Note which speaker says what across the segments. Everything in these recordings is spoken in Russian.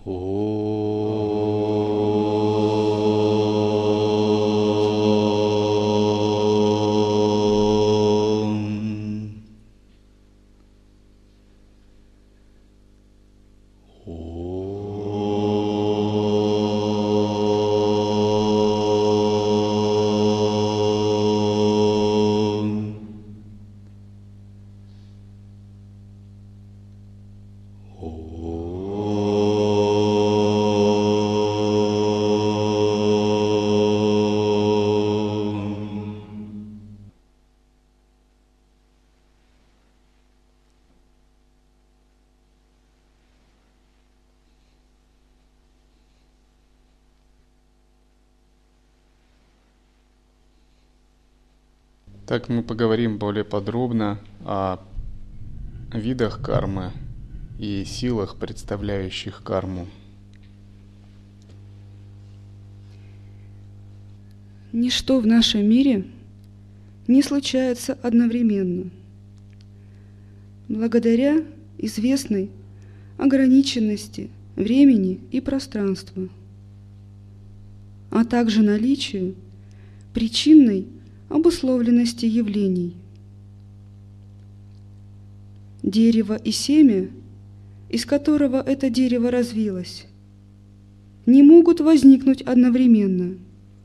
Speaker 1: Так мы поговорим более подробно о видах кармы и силах, представляющих карму.
Speaker 2: Ничто в нашем мире не случается одновременно. Благодаря известной ограниченности времени и пространства, а также наличию причинной обусловленности явлений. Дерево и семя, из которого это дерево развилось, не могут возникнуть одновременно.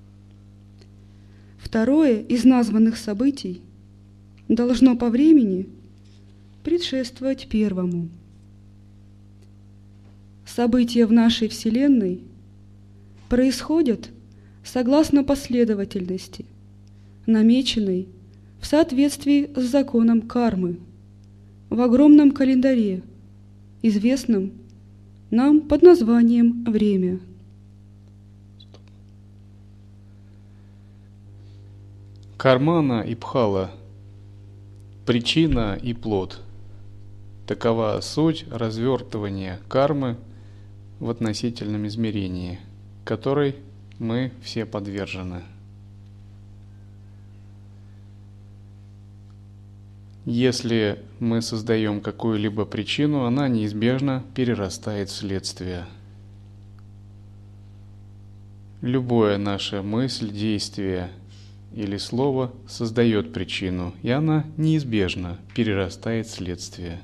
Speaker 2: Второе из названных событий должно по времени предшествовать первому. События в нашей Вселенной происходят согласно последовательности, намеченной в соответствии с законом кармы в огромном календаре, известном нам под названием время.
Speaker 1: Кармана и Пхала – причина и плод. Такова суть развертывания кармы в относительном измерении, которой мы все подвержены. Если мы создаем какую-либо причину, она неизбежно перерастает в следствие. Любое наше мысль, действие или слово создает причину, и она неизбежно перерастает в следствие.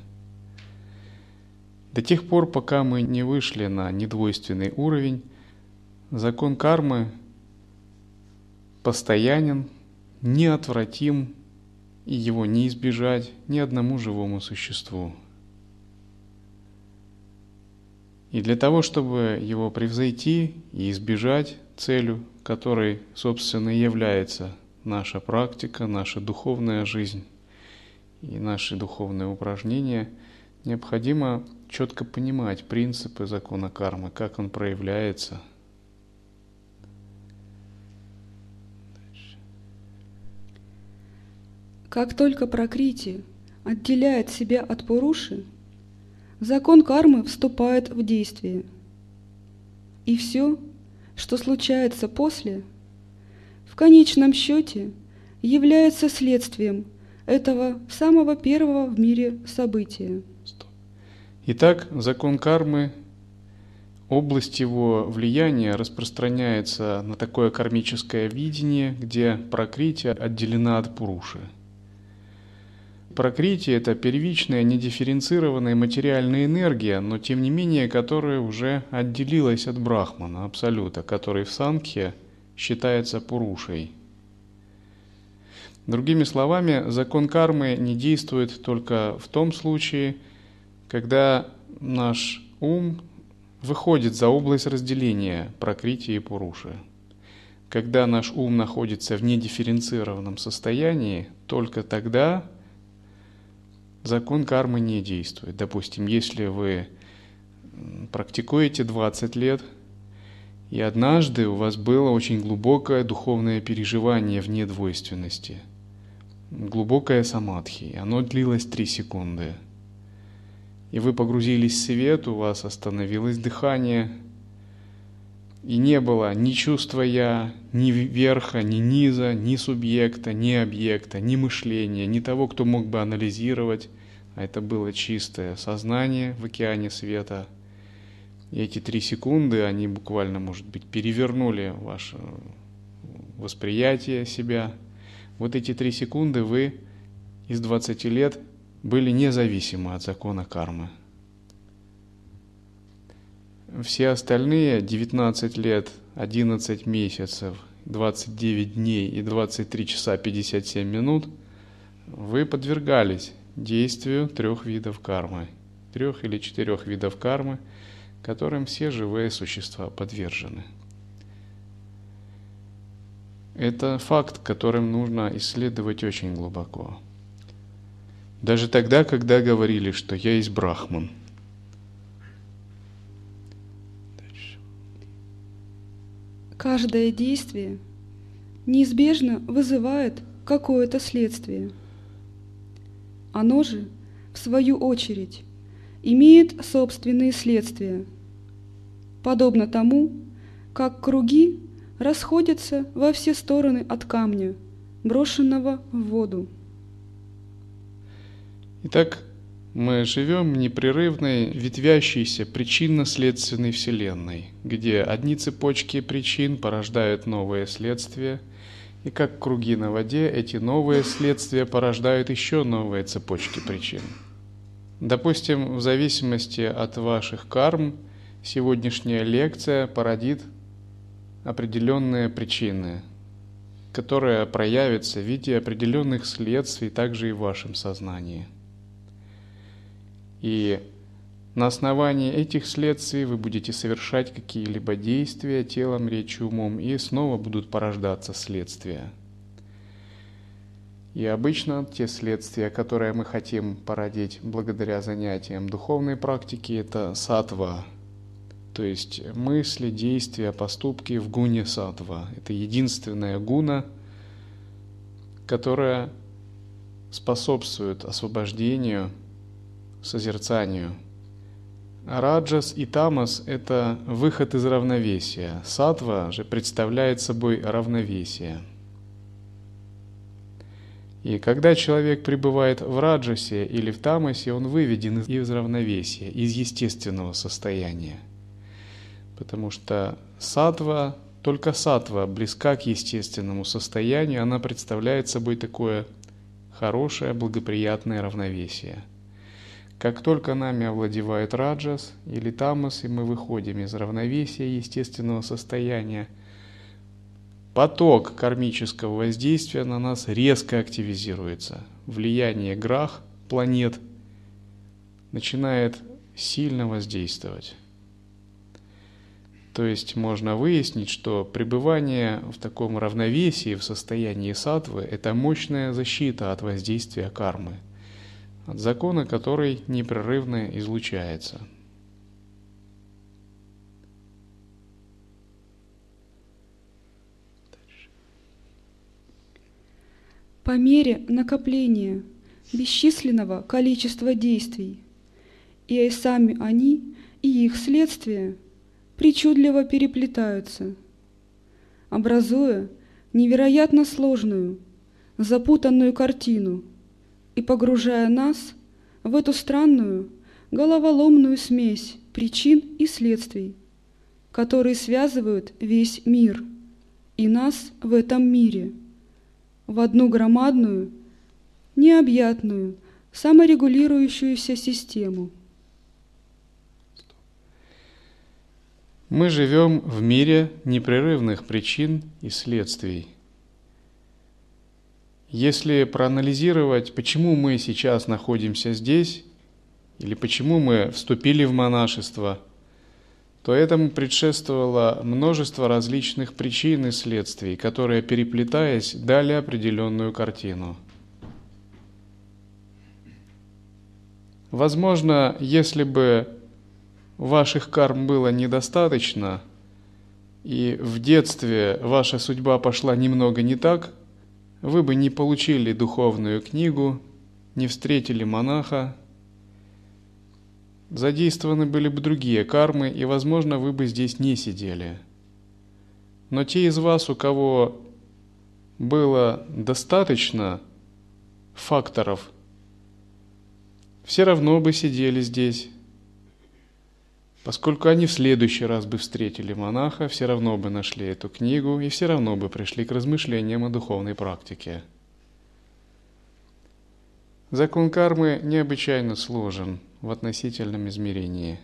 Speaker 1: До тех пор, пока мы не вышли на недвойственный уровень, закон кармы постоянен, неотвратим, и его не избежать ни одному живому существу. И для того, чтобы его превзойти и избежать целью, которой, собственно, и является наша практика, наша духовная жизнь и наши духовные упражнения, необходимо четко понимать принципы закона кармы, как он проявляется.
Speaker 2: Как только Пракрити отделяет себя от Пуруши, закон кармы вступает в действие. И все, что случается после, в конечном счете является следствием этого самого первого в мире события.
Speaker 1: Итак, закон кармы, область его влияния распространяется на такое кармическое видение, где Пракрити отделена от Пуруши. Пракрити – это первичная, недифференцированная материальная энергия, но тем не менее, которая уже отделилась от Брахмана, Абсолюта, который в Санхье считается Пурушей. Другими словами, закон кармы не действует только в том случае, когда наш ум выходит за область разделения Пракрити и Пуруши. Когда наш ум находится в недифференцированном состоянии, только тогда закон кармы не действует. Допустим, если вы практикуете 20 лет, и однажды у вас было очень глубокое духовное переживание в недвойственности, глубокое самадхи, оно длилось 3 секунды. И вы погрузились в свет, у вас остановилось дыхание, и не было ни чувства «я», ни верха, ни низа, ни субъекта, ни объекта, ни мышления, ни того, кто мог бы анализировать. А это было чистое сознание в океане света. И эти 3 секунды, они буквально, может быть, перевернули ваше восприятие себя. Вот эти 3 секунды вы из 20 лет были независимы от закона кармы. Все остальные 19 лет, 11 месяцев, 29 дней и 23 часа 57 минут вы подвергались действию 3 видов кармы, 3 или 4 видов кармы, которым все живые существа подвержены. Это факт, которым нужно исследовать очень глубоко. Даже тогда, когда говорили, что я есть брахман.
Speaker 2: Каждое действие неизбежно вызывает какое-то следствие. Оно же, в свою очередь, имеет собственные следствия, подобно тому, как круги расходятся во все стороны от камня, брошенного в воду.
Speaker 1: Итак, мы живем в непрерывной, ветвящейся причинно-следственной вселенной, где одни цепочки причин порождают новые следствия, и как круги на воде, эти новые следствия порождают еще новые цепочки причин. Допустим, в зависимости от ваших карм, сегодняшняя лекция породит определенные причины, которые проявятся в виде определенных следствий также и в вашем сознании. И на основании этих следствий вы будете совершать какие-либо действия телом, речью, умом, и снова будут порождаться следствия. И обычно те следствия, которые мы хотим породить благодаря занятиям духовной практики, это саттва, то есть мысли, действия, поступки в гуне саттва. Это единственная гуна, которая способствует освобождению, созерцанию. Раджас и тамас – это выход из равновесия. Саттва же представляет собой равновесие. И когда человек пребывает в раджасе или в тамасе, он выведен из равновесия, из естественного состояния. Потому что саттва, только саттва близка к естественному состоянию, она представляет собой такое хорошее, благоприятное равновесие. Как только нами овладевает раджас или тамас, и мы выходим из равновесия естественного состояния, поток кармического воздействия на нас резко активизируется. Влияние грах, планет, начинает сильно воздействовать. То есть можно выяснить, что пребывание в таком равновесии, в состоянии саттвы, это мощная защита от воздействия кармы, от закона, который непрерывно излучается.
Speaker 2: По мере накопления бесчисленного количества действий, и сами они, и их следствия причудливо переплетаются, образуя невероятно сложную, запутанную картину и погружая нас в эту странную, головоломную смесь причин и следствий, которые связывают весь мир и нас в этом мире в одну громадную, необъятную, саморегулирующуюся систему.
Speaker 1: Мы живем в мире непрерывных причин и следствий. Если проанализировать, почему мы сейчас находимся здесь, или почему мы вступили в монашество, то этому предшествовало множество различных причин и следствий, которые, переплетаясь, дали определенную картину. Возможно, если бы ваших карм было недостаточно, и в детстве ваша судьба пошла немного не так, вы бы не получили духовную книгу, не встретили монаха, задействованы были бы другие кармы, и, возможно, вы бы здесь не сидели. Но те из вас, у кого было достаточно факторов, все равно бы сидели здесь. поскольку они в следующий раз бы встретили монаха, все равно бы нашли эту книгу и все равно бы пришли к размышлениям о духовной практике. Закон кармы необычайно сложен в относительном измерении.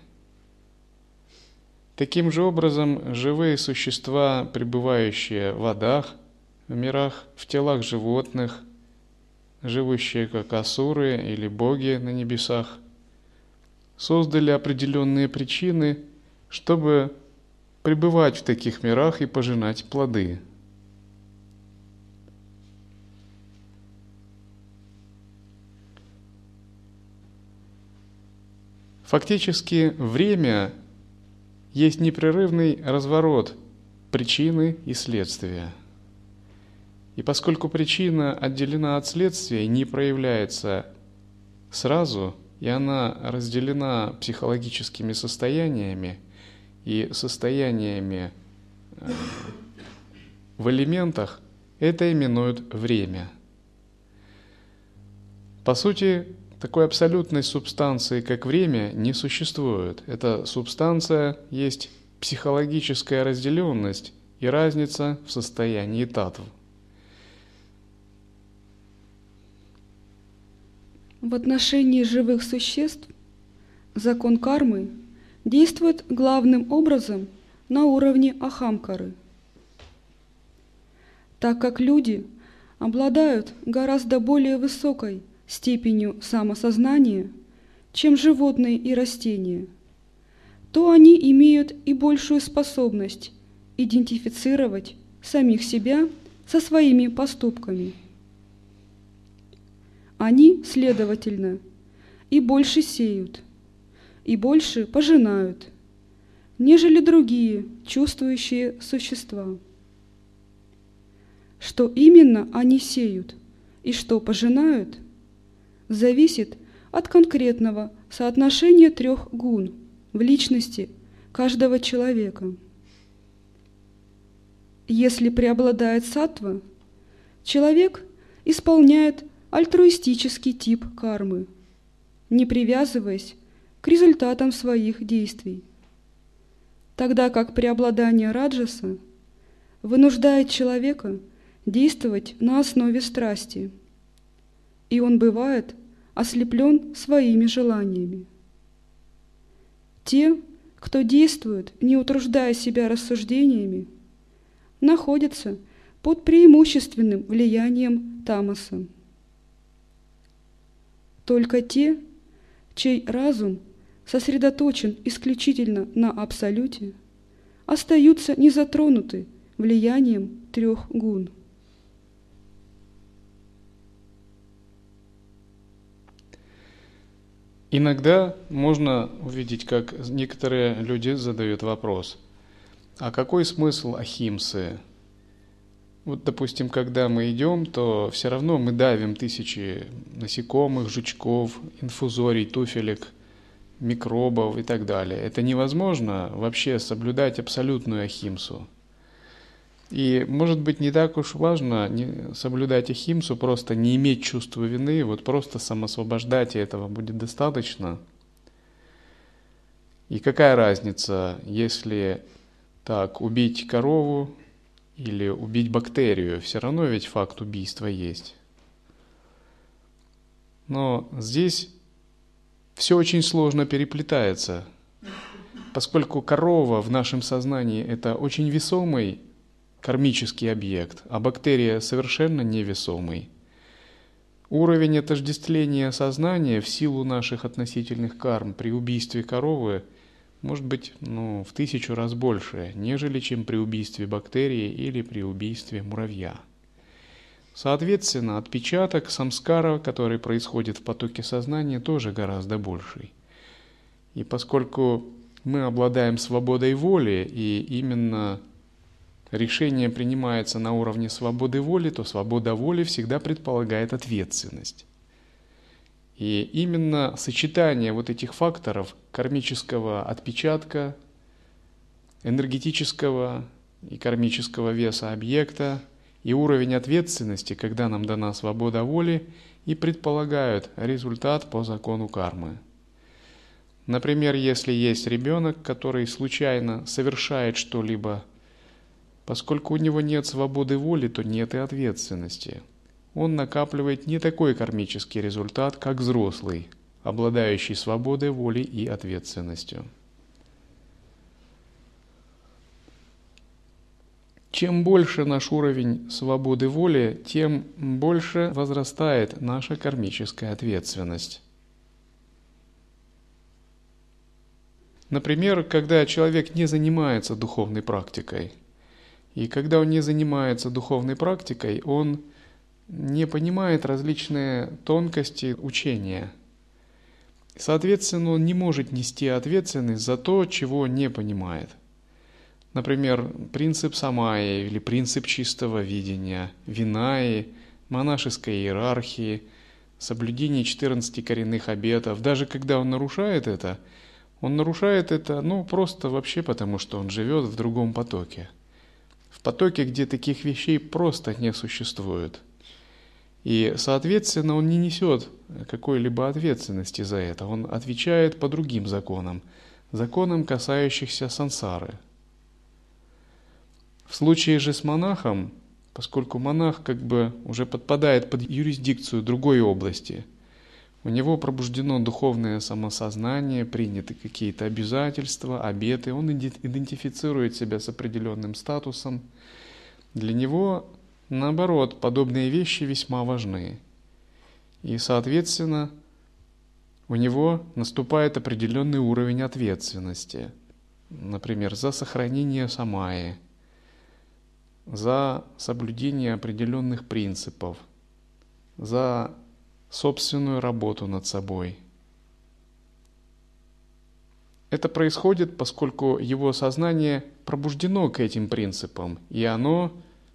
Speaker 1: Таким же образом, живые существа, пребывающие в адах, в мирах, в телах животных, живущие как асуры или боги на небесах, создали определенные причины, чтобы пребывать в таких мирах и пожинать плоды. Фактически, время есть непрерывный разворот причины и следствия. И поскольку причина отделена от следствия и не проявляется сразу, и она разделена психологическими состояниями и состояниями в элементах, это именуют время. По сути, такой абсолютной субстанции, как время, не существует. Эта субстанция есть психологическая разделенность и разница в состоянии татв.
Speaker 2: В отношении живых существ закон кармы действует главным образом на уровне ахамкары. Так как люди обладают гораздо более высокой степенью самосознания, чем животные и растения, то они имеют и большую способность идентифицировать самих себя со своими поступками. Они, следовательно, и больше сеют, и больше пожинают, нежели другие чувствующие существа. Что именно они сеют и что пожинают, зависит от конкретного соотношения 3 гун в личности каждого человека. Если преобладает саттва, человек исполняет альтруистический тип кармы, не привязываясь к результатам своих действий, тогда как преобладание раджаса вынуждает человека действовать на основе страсти, и он бывает ослеплен своими желаниями. Те, кто действует, не утруждая себя рассуждениями, находятся под преимущественным влиянием тамаса. Только те, чей разум сосредоточен исключительно на абсолюте, остаются незатронуты влиянием 3 гун.
Speaker 1: Иногда можно увидеть, как некоторые люди задают вопрос: а какой смысл ахимсы? Вот, допустим, когда мы идем, то все равно мы давим тысячи насекомых, жучков, инфузорий, туфелек, микробов и так далее. Это невозможно вообще соблюдать абсолютную ахимсу. И, может быть, не так уж важно соблюдать ахимсу, просто не иметь чувства вины, вот просто самоосвобождать, и этого будет достаточно. И какая разница, если так убить корову или убить бактерию, все равно ведь факт убийства есть. Но здесь все очень сложно переплетается, поскольку корова в нашем сознании – это очень весомый кармический объект, а бактерия совершенно невесомый. Уровень отождествления сознания в силу наших относительных карм при убийстве коровы может быть в 1000 раз больше, нежели чем при убийстве бактерии или при убийстве муравья. Соответственно, отпечаток самскара, который происходит в потоке сознания, тоже гораздо больший. И поскольку мы обладаем свободой воли, и именно решение принимается на уровне свободы воли, то свобода воли всегда предполагает ответственность. И именно сочетание вот этих факторов кармического отпечатка, энергетического и кармического веса объекта и уровень ответственности, когда нам дана свобода воли, и предполагают результат по закону кармы. Например, если есть ребенок, который случайно совершает что-либо, поскольку у него нет свободы воли, то нет и ответственности. Он накапливает не такой кармический результат, как взрослый, обладающий свободой воли и ответственностью. Чем больше наш уровень свободы воли, тем больше возрастает наша кармическая ответственность. Например, когда человек не занимается духовной практикой, и когда он не занимается духовной практикой, он не понимает различные тонкости учения. Соответственно, он не может нести ответственность за то, чего не понимает. Например, принцип самайи или принцип чистого видения, винаи, монашеской иерархии, соблюдение 14 коренных обетов. Даже когда он нарушает это просто вообще потому, что он живет в другом потоке. В потоке, где таких вещей просто не существует. И, соответственно, он не несет какой-либо ответственности за это. Он отвечает по другим законам, законам, касающихся сансары. В случае же с монахом, поскольку монах уже подпадает под юрисдикцию другой области, у него пробуждено духовное самосознание, приняты какие-то обязательства, обеты, он идентифицирует себя с определенным статусом. Для него, наоборот, подобные вещи весьма важны. И, соответственно, у него наступает определенный уровень ответственности, например, за сохранение самайи, за соблюдение определенных принципов, за собственную работу над собой. Это происходит, поскольку его сознание пробуждено к этим принципам, и оно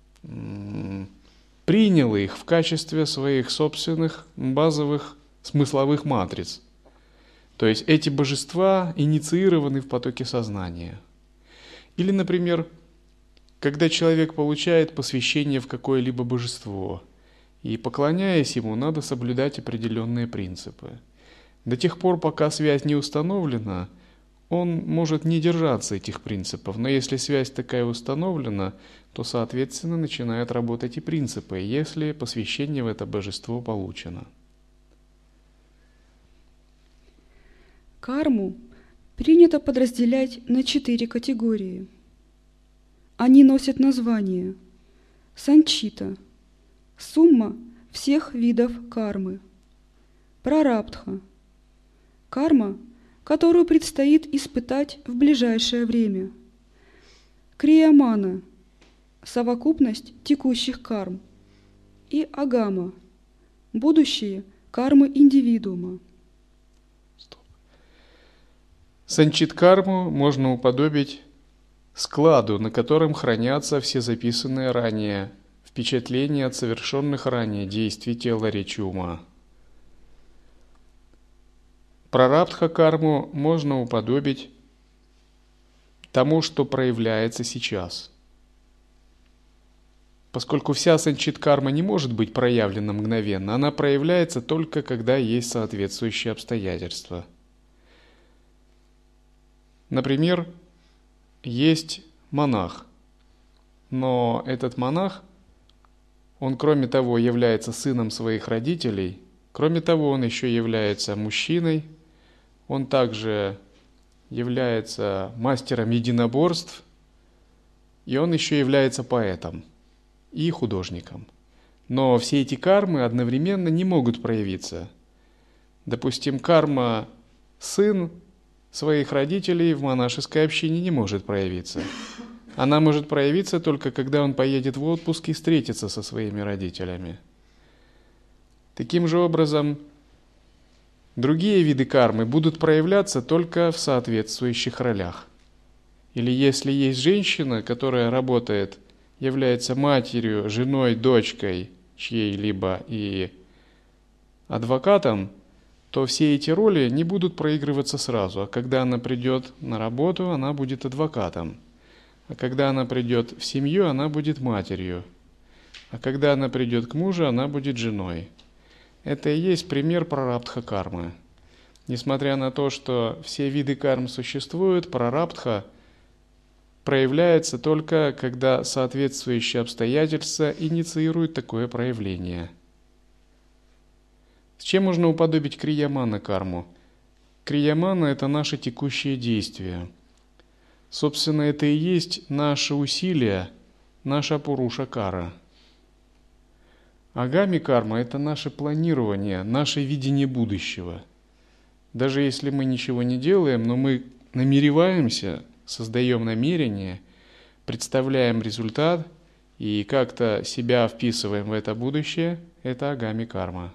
Speaker 1: приняло их в качестве своих собственных базовых смысловых матриц. То есть эти божества инициированы в потоке сознания. Или, например, когда человек получает посвящение в какое-либо божество, и, поклоняясь ему, надо соблюдать определенные принципы. До тех пор, пока связь не установлена, он может не держаться этих принципов, но если связь такая установлена, то, соответственно, начинают работать и принципы, если посвящение в это божество получено.
Speaker 2: Карму принято подразделять на 4 категории. Они носят название санчита – сумма всех видов кармы, прарабдха – карма, которую предстоит испытать в ближайшее время, криямана – совокупность текущих карм, и агама – будущие кармы индивидуума.
Speaker 1: Санчит-карму можно уподобить складу, на котором хранятся все записанные ранее впечатления от совершенных ранее действий тела, речи, ума. Прарабдха-карму можно уподобить тому, что проявляется сейчас. Поскольку вся санчит-карма не может быть проявлена мгновенно, она проявляется только когда есть соответствующие обстоятельства. Например, есть монах, но этот монах, он кроме того является сыном своих родителей, кроме того он еще является мужчиной, он также является мастером единоборств, и он еще является поэтом и художником. Но все эти кармы одновременно не могут проявиться. Допустим, карма сын своих родителей в монашеской общине не может проявиться. Она может проявиться только когда он поедет в отпуск и встретится со своими родителями. Таким же образом, другие виды кармы будут проявляться только в соответствующих ролях. Или если есть женщина, которая работает, является матерью, женой, дочкой чьей-либо и адвокатом, то все эти роли не будут проигрываться сразу. А когда она придет на работу, она будет адвокатом. А когда она придет в семью, она будет матерью. А когда она придет к мужу, она будет женой. Это и есть пример прарабдха-кармы. Несмотря на то, что все виды карм существуют, прарабдха проявляется только, когда соответствующие обстоятельства инициируют такое проявление. С чем можно уподобить криямана карму? Криямана – это наши текущие действия. Собственно, это и есть наши усилия, наша пуруша-кара. Агами карма – это наше планирование, наше видение будущего. Даже если мы ничего не делаем, но мы намереваемся, создаем намерение, представляем результат и как-то себя вписываем в это будущее – это агами карма.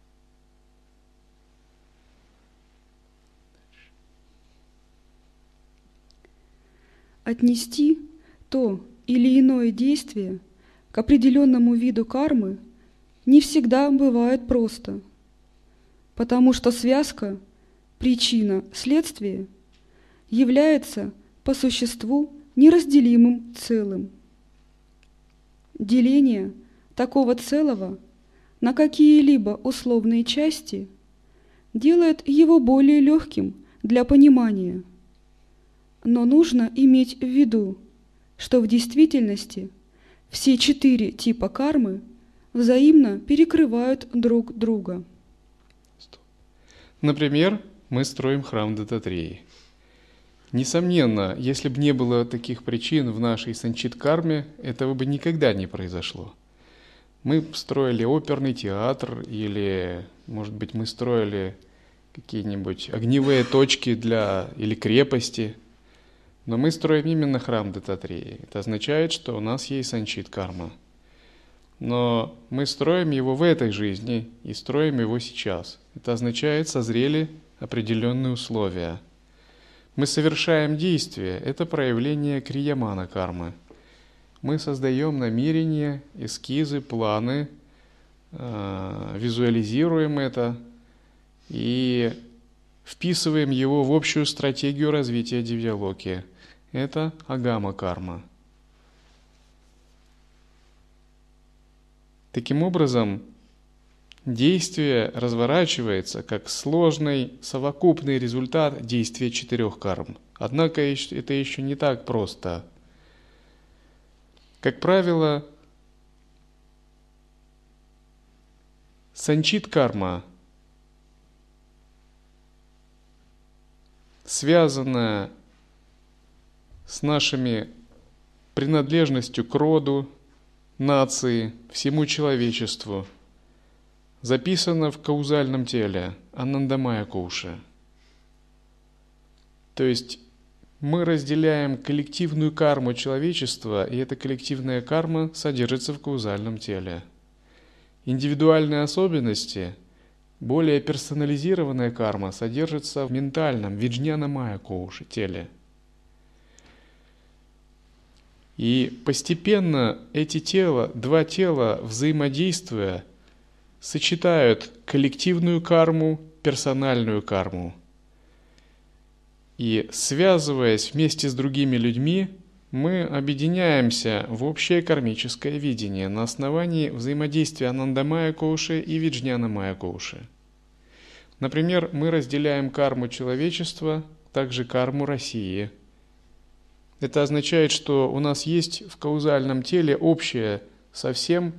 Speaker 2: Отнести то или иное действие к определенному виду кармы не всегда бывает просто, потому что связка причина-следствие является по существу неразделимым целым. Деление такого целого на какие-либо условные части делает его более легким для понимания. Но нужно иметь в виду, что в действительности все 4 типа кармы взаимно перекрывают друг друга.
Speaker 1: Например, мы строим храм Даттатреи. Несомненно, если бы не было таких причин в нашей санчит-карме, этого бы никогда не произошло. Мы строили оперный театр или, может быть, мы строили какие-нибудь огневые точки или крепости, но мы строим именно храм Даттатреи. Это означает, что у нас есть санчит-карма. Но мы строим его в этой жизни и строим его сейчас. Это означает, созрели определенные условия. Мы совершаем действие, это проявление криямана кармы. Мы создаем намерения, эскизы, планы, визуализируем это и вписываем его в общую стратегию развития дивья-локи. Это агама карма. Таким образом, действие разворачивается как сложный совокупный результат действия 4 карм. Однако это еще не так просто. Как правило, санчит-карма, связанная с нашими принадлежностью к роду, нации, всему человечеству, записано в каузальном теле Анандамая Коуши. То есть мы разделяем коллективную карму человечества, и эта коллективная карма содержится в каузальном теле. Индивидуальные особенности, более персонализированная карма содержится в ментальном Виджняна-майя Коуши теле. И постепенно эти два тела, взаимодействуя, сочетают коллективную карму, персональную карму. И связываясь вместе с другими людьми, мы объединяемся в общее кармическое видение на основании взаимодействия Анандамая Коуши и Виджняна-майя Коуши. Например, мы разделяем карму человечества, также карму России. Это означает, что у нас есть в каузальном теле общее со всеми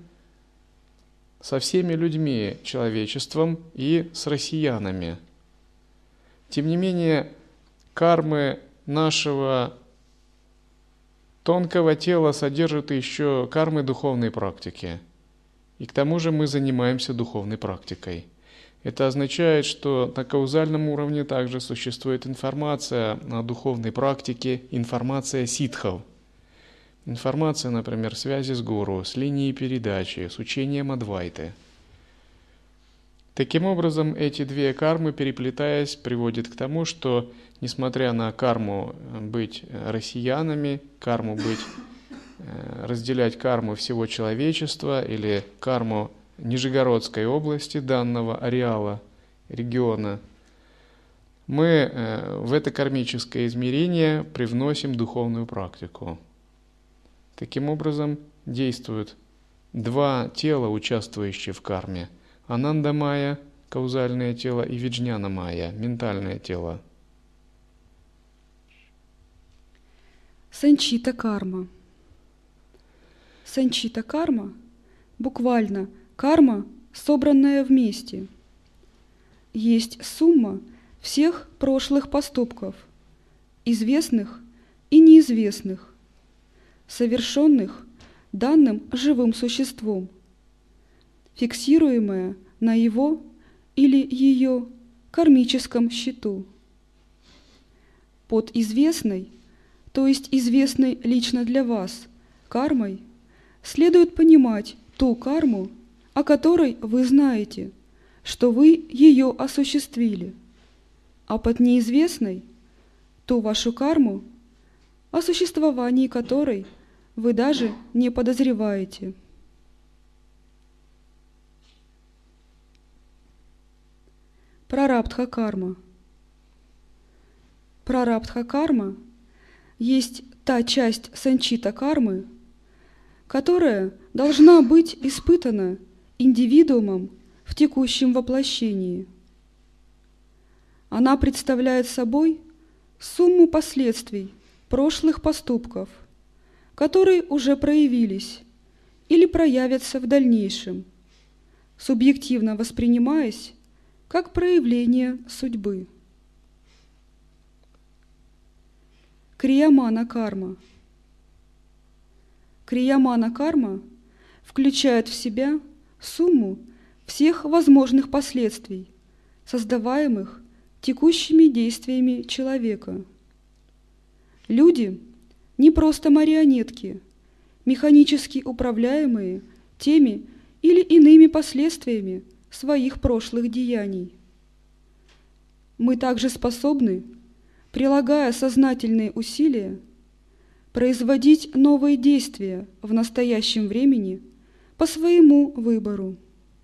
Speaker 1: людьми, человечеством и с россиянами. Тем не менее, кармы нашего тонкого тела содержат еще кармы духовной практики. И к тому же мы занимаемся духовной практикой. Это означает, что на каузальном уровне также существует информация о духовной практике, информация ситхов. Информация, например, связи с гуру, с линией передачи, с учением Адвайты. Таким образом, эти две кармы, переплетаясь, приводят к тому, что, несмотря на карму быть россиянами, разделять карму всего человечества или карму Нижегородской области, данного ареала, региона, мы в это кармическое измерение привносим духовную практику. Таким образом, действуют два тела, участвующие в карме – Анандамая каузальное тело, и виджняна майя, ментальное тело.
Speaker 2: Санчита карма. Санчита карма – буквально карма, собранная вместе. Есть сумма всех прошлых поступков, известных и неизвестных, совершенных данным живым существом, фиксируемая на его или ее кармическом счету. Под известной, то есть известной лично для вас, кармой, следует понимать ту карму, о которой вы знаете, что вы ее осуществили, а под неизвестной – ту вашу карму, о существовании которой вы даже не подозреваете. Прарабдха карма. Прарабдха карма есть та часть санчита кармы, которая должна быть испытана индивидуумом в текущем воплощении. Она представляет собой сумму последствий прошлых поступков, которые уже проявились или проявятся в дальнейшем, субъективно воспринимаясь как проявление судьбы. Криямана карма. Криямана карма включает в себя сумму всех возможных последствий, создаваемых текущими действиями человека. Люди не просто марионетки, механически управляемые теми или иными последствиями своих прошлых деяний. Мы также способны, прилагая сознательные усилия, производить новые действия в настоящем времени по своему выбору.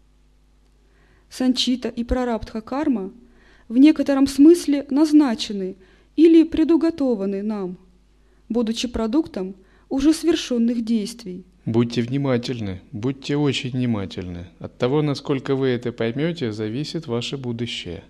Speaker 2: Санчита и прарабдха карма в некотором смысле назначены или предуготованы нам, будучи продуктом уже совершенных действий.
Speaker 1: Будьте внимательны, будьте очень внимательны. От того, насколько вы это поймете, зависит ваше будущее.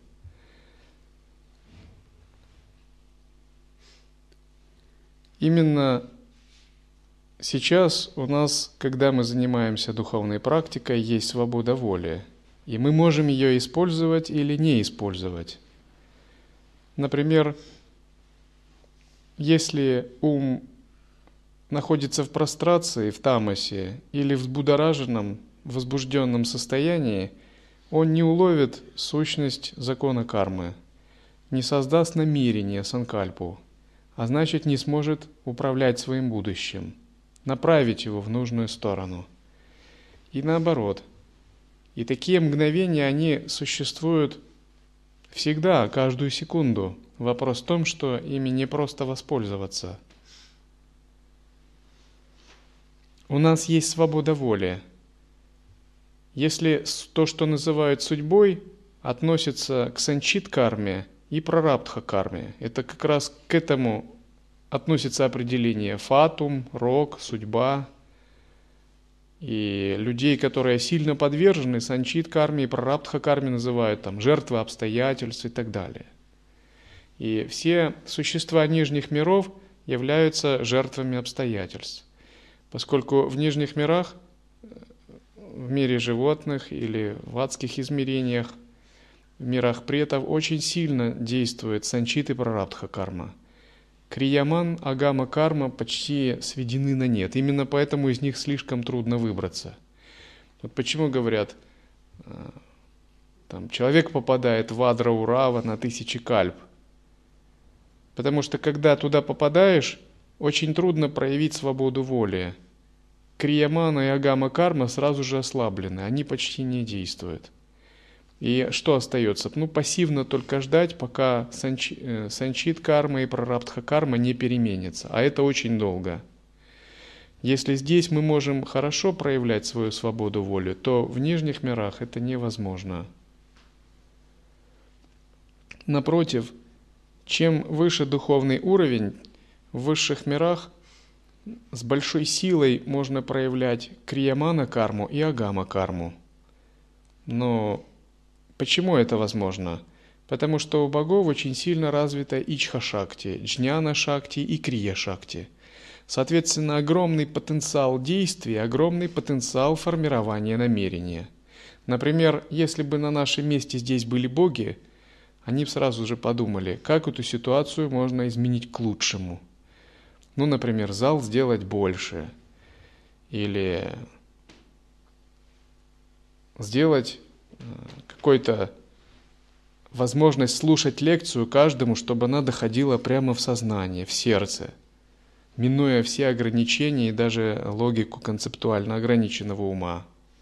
Speaker 1: Именно сейчас у нас, когда мы занимаемся духовной практикой, есть свобода воли, и мы можем ее использовать или не использовать. Например, если ум находится в прострации, в тамасе или в взбудораженном, возбужденном состоянии, он не уловит сущность закона кармы, не создаст намерение, санкальпу, а значит не сможет управлять своим будущим, направить его в нужную сторону. И наоборот. И такие мгновения, они существуют всегда, каждую секунду. Вопрос в том, что ими не просто воспользоваться. У нас есть свобода воли. Если то, что называют судьбой, относится к санчит-карме и прарабдха-карме, это как раз к этому относится определение фатум, рок, судьба. И людей, которые сильно подвержены санчит-карме и прарабдха-карме, называют там жертвы обстоятельств и так далее. И все существа нижних миров являются жертвами обстоятельств. Поскольку в нижних мирах, в мире животных или в адских измерениях, в мирах претов очень сильно действует санчит и прарабдха карма. Крияман, агама карма почти сведены на нет. Именно поэтому из них слишком трудно выбраться. Вот почему говорят, там, человек попадает в адра урава на 1000 кальп. Потому что когда туда попадаешь, очень трудно проявить свободу воли. Криямана и агама карма сразу же ослаблены, они почти не действуют. И что остается? Пассивно только ждать, пока санчит карма и прарабдха карма не переменятся. А это очень долго. Если здесь мы можем хорошо проявлять свою свободу воли, то в нижних мирах это невозможно. Напротив, чем выше духовный уровень, в высших мирах с большой силой можно проявлять криямана карму и агама карму. Но Почему это возможно? Потому что у богов очень сильно развита ичха-шакти, джняна-шакти и крия-шакти. Соответственно, огромный потенциал действия, огромный потенциал формирования намерения. Например, если бы на нашем месте здесь были боги, они бы сразу же подумали, как эту ситуацию можно изменить к лучшему. Ну, например, зал сделать больше, или сделать какой-то возможность слушать лекцию каждому, чтобы она доходила прямо в сознание, в сердце, минуя все ограничения и даже логику концептуально ограниченного ума.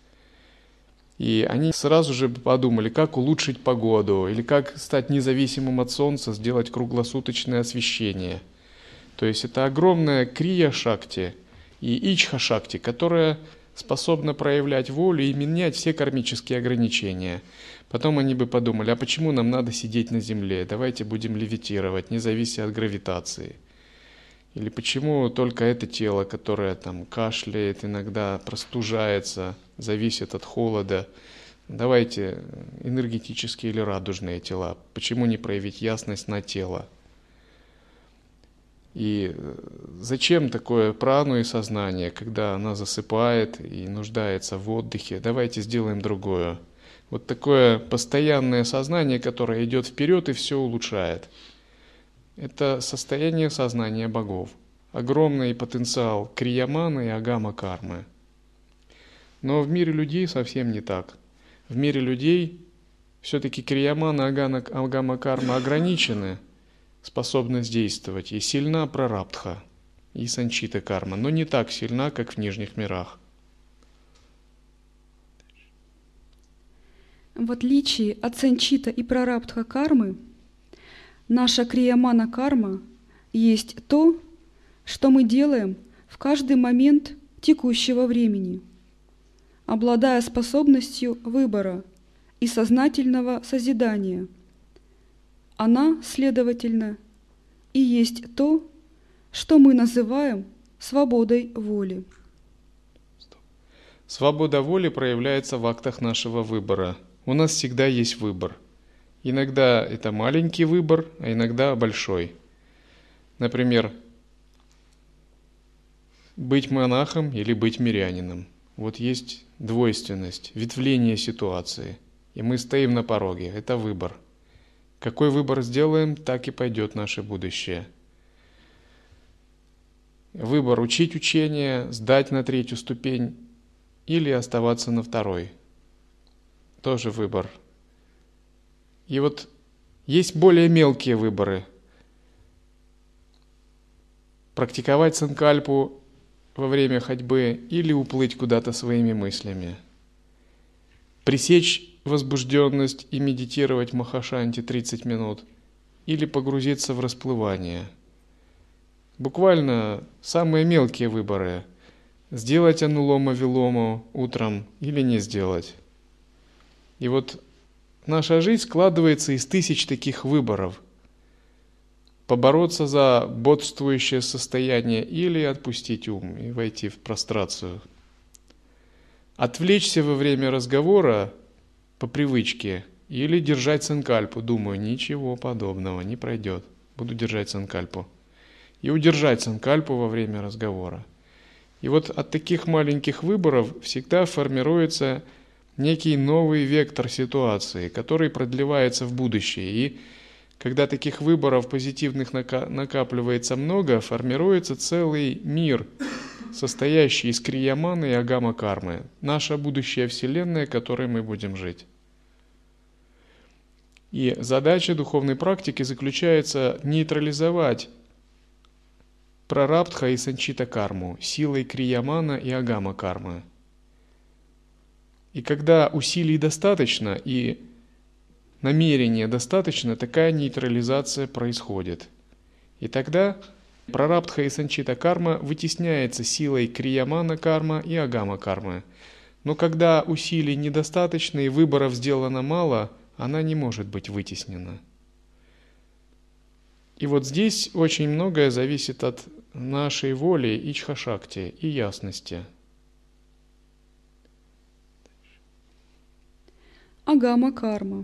Speaker 1: И они сразу же подумали, как улучшить погоду, или как стать независимым от солнца, сделать круглосуточное освещение. То есть это огромная крия-шакти и ичха-шакти, которая способна проявлять волю и менять все кармические ограничения. Потом они бы подумали, а почему нам надо сидеть на земле? Давайте будем левитировать, не завися от гравитации. Или почему только это тело, которое там кашляет, иногда простужается, зависит от холода? Давайте энергетические или радужные тела. Почему не проявить ясность на тело? И зачем такое прану и сознание, когда она засыпает и нуждается в отдыхе? Давайте сделаем другое. Вот такое постоянное сознание, которое идет вперед и все улучшает. Это состояние сознания богов. Огромный потенциал крияманы и агама кармы. Но в мире людей совсем не так. В мире людей все-таки криямана и агама карма ограничены, способность действовать, и сильна прарабдха и санчита карма, но не так сильна, как в нижних мирах.
Speaker 2: В отличие от санчита и прарабдха кармы, наша криямана карма есть то, что мы делаем в каждый момент текущего времени, обладая способностью выбора и сознательного созидания. Она, следовательно, и есть то, что мы называем свободой воли.
Speaker 1: Свобода воли проявляется в актах нашего выбора. У нас всегда есть выбор. Иногда это маленький выбор, а иногда большой. Например, быть монахом или быть мирянином. Вот есть двойственность, ветвление ситуации. И мы стоим на пороге. Это выбор. Какой выбор сделаем, так и пойдет наше будущее. Выбор учить учение, сдать на 3-ю ступень или оставаться на 2-й. Тоже выбор. И вот есть более мелкие выборы. Практиковать санкальпу во время ходьбы или уплыть куда-то своими мыслями. Пресечь возбужденность и медитировать в махашанти 30 минут или погрузиться в расплывание. Буквально самые мелкие выборы. Сделать анулома-вилому утром или не сделать. И вот наша жизнь складывается из 1000 таких выборов. Побороться за бодствующее состояние или отпустить ум и войти в прострацию. Отвлечься во время разговора по привычке или держать санкальпу. Думаю, ничего подобного не пройдет. Буду держать санкальпу. И удержать санкальпу во время разговора. И вот от таких маленьких выборов всегда формируется некий новый вектор ситуации, который продлевается в будущее. И когда таких выборов позитивных накапливается много, формируется целый мир, состоящий из крияманы и агама кармы. Наша будущая вселенная, в которой мы будем жить. И задача духовной практики заключается нейтрализовать прарабдха и санчита карму силой криямана и агама кармы. И когда усилий достаточно и намерения достаточно, такая нейтрализация происходит. И тогда прарабдха и санчита карма вытесняется силой криямана карма и агама кармы. Но когда усилий недостаточно и выборов сделано мало, она не может быть вытеснена. И вот здесь очень многое зависит от нашей воли, ичха-шакти и ясности.
Speaker 2: Агама-карма.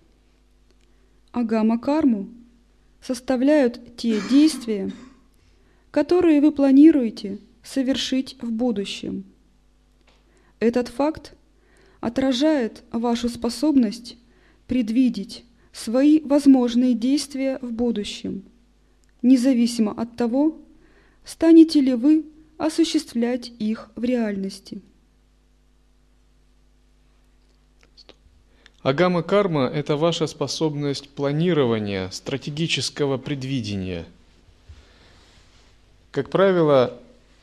Speaker 2: Агама-карму составляют те действия, которые вы планируете совершить в будущем. Этот факт отражает вашу способность предвидеть свои возможные действия в будущем, независимо от того, станете ли вы осуществлять их в реальности.
Speaker 1: Агама-карма – это ваша способность планирования, стратегического предвидения. Как правило,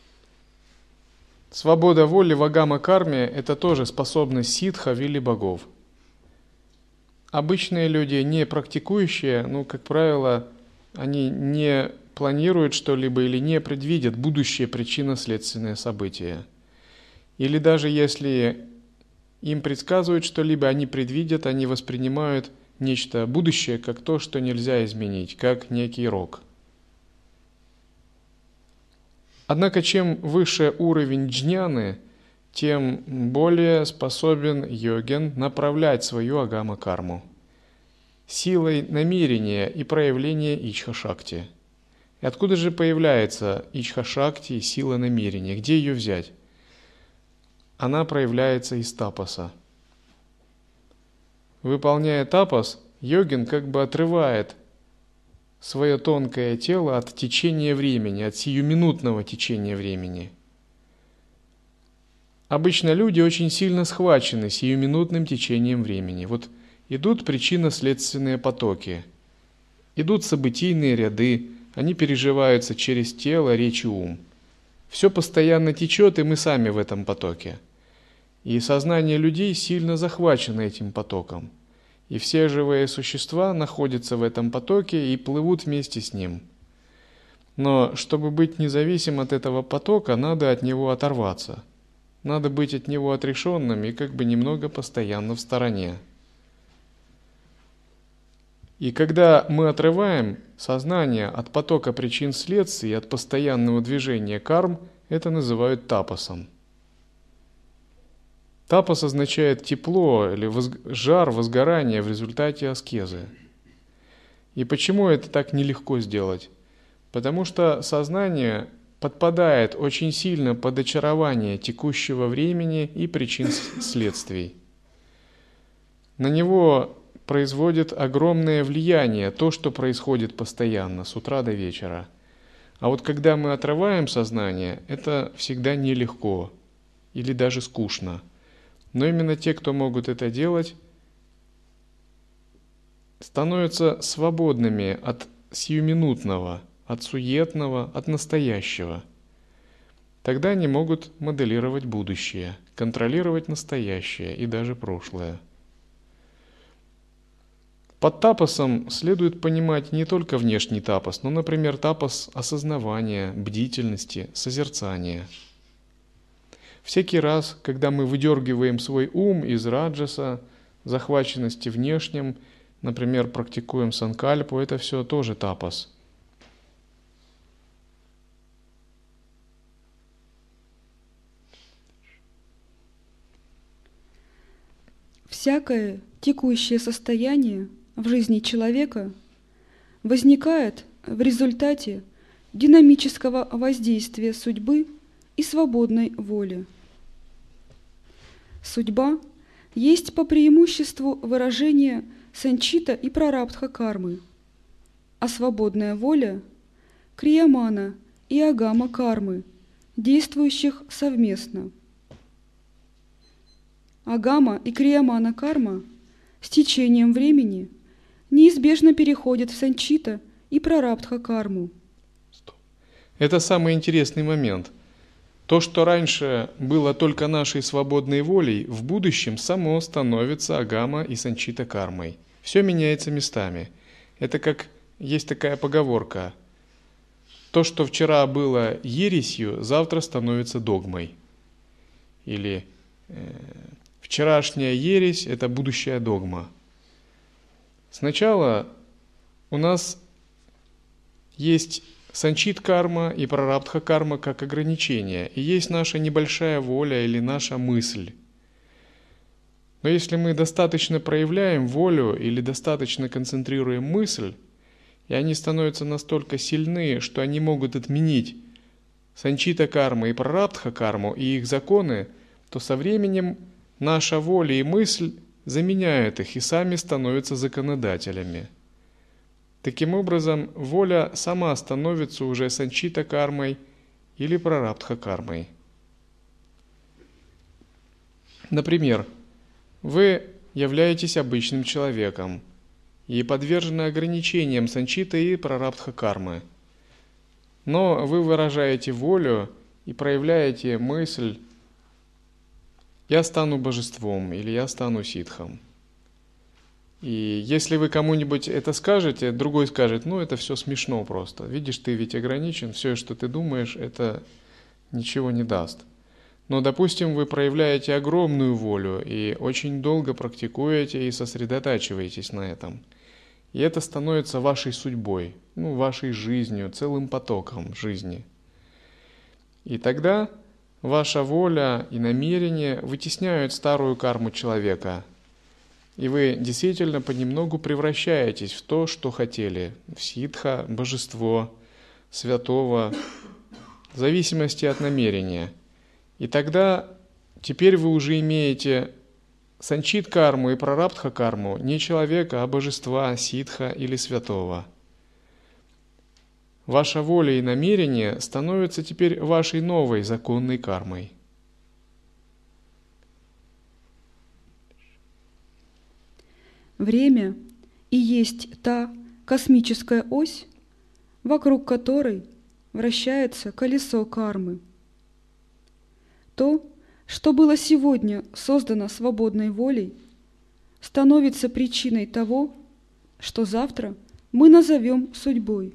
Speaker 1: свобода воли в агама-карме – это тоже способность ситхов или богов. Обычные люди, не практикующие, как правило, они не планируют что-либо или не предвидят будущее причинно-следственные события. Или даже если им предсказывают что-либо, они предвидят, они воспринимают нечто будущее как то, что нельзя изменить, как некий рок. Однако, чем выше уровень джняны, тем более способен йогин направлять свою агама-карму силой намерения и проявления ичха-шакти. И откуда же появляется ичха-шакти, сила намерения? Где ее взять? Она проявляется из тапаса. Выполняя тапас, йогин как бы отрывает свое тонкое тело от течения времени, от сиюминутного течения времени. Обычно люди очень сильно схвачены сиюминутным течением времени. Вот идут причинно-следственные потоки, идут событийные ряды, они переживаются через тело, речь и ум. Все постоянно течет, и мы сами в этом потоке. И сознание людей сильно захвачено этим потоком. И все живые существа находятся в этом потоке и плывут вместе с ним. Но чтобы быть независимым от этого потока, надо от него оторваться. Надо быть от него отрешенным и как бы немного постоянно в стороне. И когда мы отрываем сознание от потока причин-следствий, от постоянного движения карм, это называют тапасом. Тапас означает тепло или жар, возгорание в результате аскезы. И почему это так нелегко сделать? Потому что сознание подпадает очень сильно под очарование текущего времени и причин следствий. На него производит огромное влияние то, что происходит постоянно, с утра до вечера. А вот когда мы отрываем сознание, это всегда нелегко или даже скучно. Но именно те, кто могут это делать, становятся свободными от сиюминутного, от суетного, от настоящего. Тогда они могут моделировать будущее, контролировать настоящее и даже прошлое. Под тапасом следует понимать не только внешний тапас, но, например, тапас осознавания, бдительности, созерцания. Всякий раз, когда мы выдергиваем свой ум из раджаса, захваченности внешним, например, практикуем санкальпу, это все тоже тапас.
Speaker 2: Всякое текущее состояние в жизни человека возникает в результате динамического воздействия судьбы и свободной воли. Судьба есть по преимуществу выражение санчита и прарабдха кармы, а свободная воля – криямана и агама кармы, действующих совместно. Агама и криямана карма с течением времени неизбежно переходят в санчита и прарабдха карму.
Speaker 1: Это самый интересный момент. То, что раньше было только нашей свободной волей, в будущем само становится агама и санчита кармой. Все меняется местами. Это как есть такая поговорка. То, что вчера было ересью, завтра становится догмой. Или вчерашняя ересь – это будущая догма. Сначала у нас есть санчит-карма и прарабдха-карма как ограничение, и есть наша небольшая воля или наша мысль. Но если мы достаточно проявляем волю или достаточно концентрируем мысль, и они становятся настолько сильны, что они могут отменить санчита карму и прарабдха карму и их законы, то со временем наша воля и мысль заменяют их и сами становятся законодателями. Таким образом, воля сама становится уже санчита кармой или прарабдха кармой. Например, вы являетесь обычным человеком и подвержены ограничениям санчита и прарабдха кармы. Но вы выражаете волю и проявляете мысль «я стану божеством» или «я стану ситхом». И если вы кому-нибудь это скажете, другой скажет: ну это все смешно просто. Видишь, ты ведь ограничен, все, что ты думаешь, это ничего не даст. Но, допустим, вы проявляете огромную волю и очень долго практикуете и сосредотачиваетесь на этом. И это становится вашей судьбой, вашей жизнью, целым потоком жизни. И тогда ваша воля и намерение вытесняют старую карму человека. И вы действительно понемногу превращаетесь в то, что хотели, в ситха, божество, святого, в зависимости от намерения. И тогда теперь вы уже имеете санчит карму и прарабдха карму не человека, а божества, ситха или святого. Ваша воля и намерение становятся теперь вашей новой законной кармой.
Speaker 2: Время и есть та космическая ось, вокруг которой вращается колесо кармы. То, что было сегодня создано свободной волей, становится причиной того, что завтра мы назовем судьбой.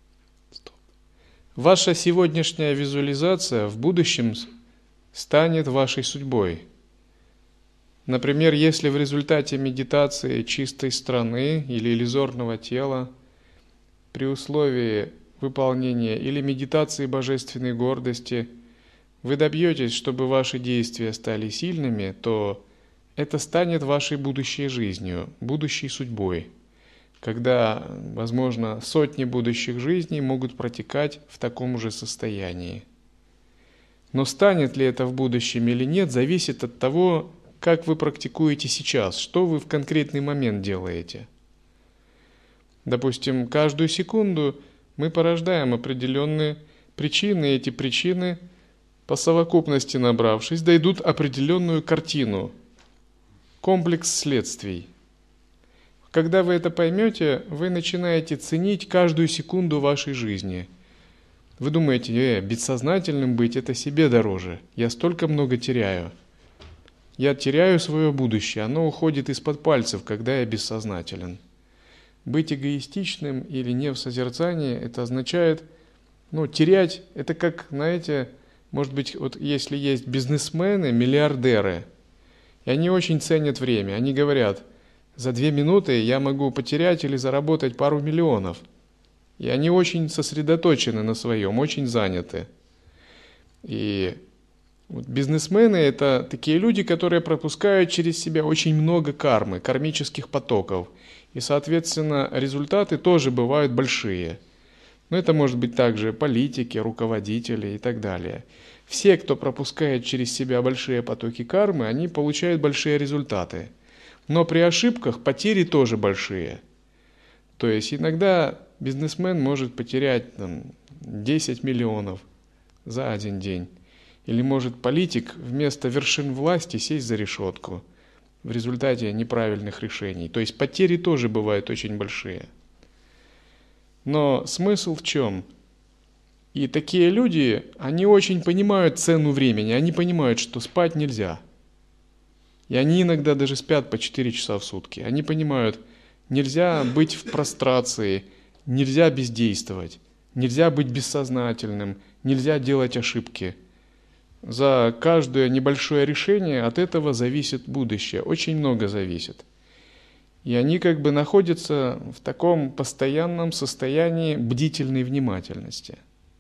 Speaker 1: Ваша сегодняшняя визуализация в будущем станет вашей судьбой. Например, если в результате медитации чистой страны или иллюзорного тела, при условии выполнения или медитации божественной гордости, вы добьетесь, чтобы ваши действия стали сильными, то это станет вашей будущей жизнью, будущей судьбой, когда, возможно, сотни будущих жизней могут протекать в таком же состоянии. Но станет ли это в будущем или нет, зависит от того, как вы практикуете сейчас, что вы в конкретный момент делаете. Допустим, каждую секунду мы порождаем определенные причины, и эти причины, по совокупности набравшись, дойдут определенную картину, комплекс следствий. Когда вы это поймете, вы начинаете ценить каждую секунду вашей жизни. Вы думаете: бессознательным быть – это себе дороже, я столько много теряю. Я теряю свое будущее, оно уходит из-под пальцев, когда я бессознателен. Быть эгоистичным или не в созерцании – это означает, терять – это как, знаете, может быть, вот если есть бизнесмены, миллиардеры, и они очень ценят время, они говорят: за 2 минуты я могу потерять или заработать пару миллионов. И они очень сосредоточены на своем, очень заняты. И вот бизнесмены – это такие люди, которые пропускают через себя очень много кармы, кармических потоков. И, соответственно, результаты тоже бывают большие. Но это может быть также политики, руководители и так далее. Все, кто пропускает через себя большие потоки кармы, они получают большие результаты. Но при ошибках потери тоже большие. То есть иногда бизнесмен может потерять 10 миллионов за один день. Или может политик вместо вершин власти сесть за решетку в результате неправильных решений. То есть потери тоже бывают очень большие. Но смысл в чем? И такие люди, они очень понимают цену времени, они понимают, что спать нельзя. И они иногда даже спят по 4 часа в сутки. Они понимают, нельзя быть в прострации, нельзя бездействовать, нельзя быть бессознательным, нельзя делать ошибки. За каждое небольшое решение от этого зависит будущее, очень много зависит. И они как бы находятся в таком постоянном состоянии бдительной внимательности.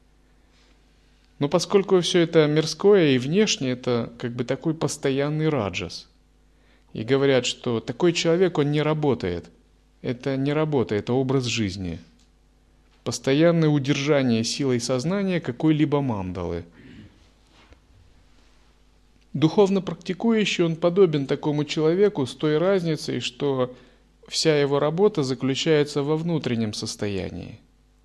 Speaker 1: Но поскольку все это мирское и внешнее, это как бы такой постоянный раджас. и говорят, что такой человек, он не работает. Это не работа, это образ жизни. Постоянное удержание силой сознания какой-либо мандалы. Духовно практикующий, он подобен такому человеку с той разницей, что вся его работа заключается во внутреннем состоянии.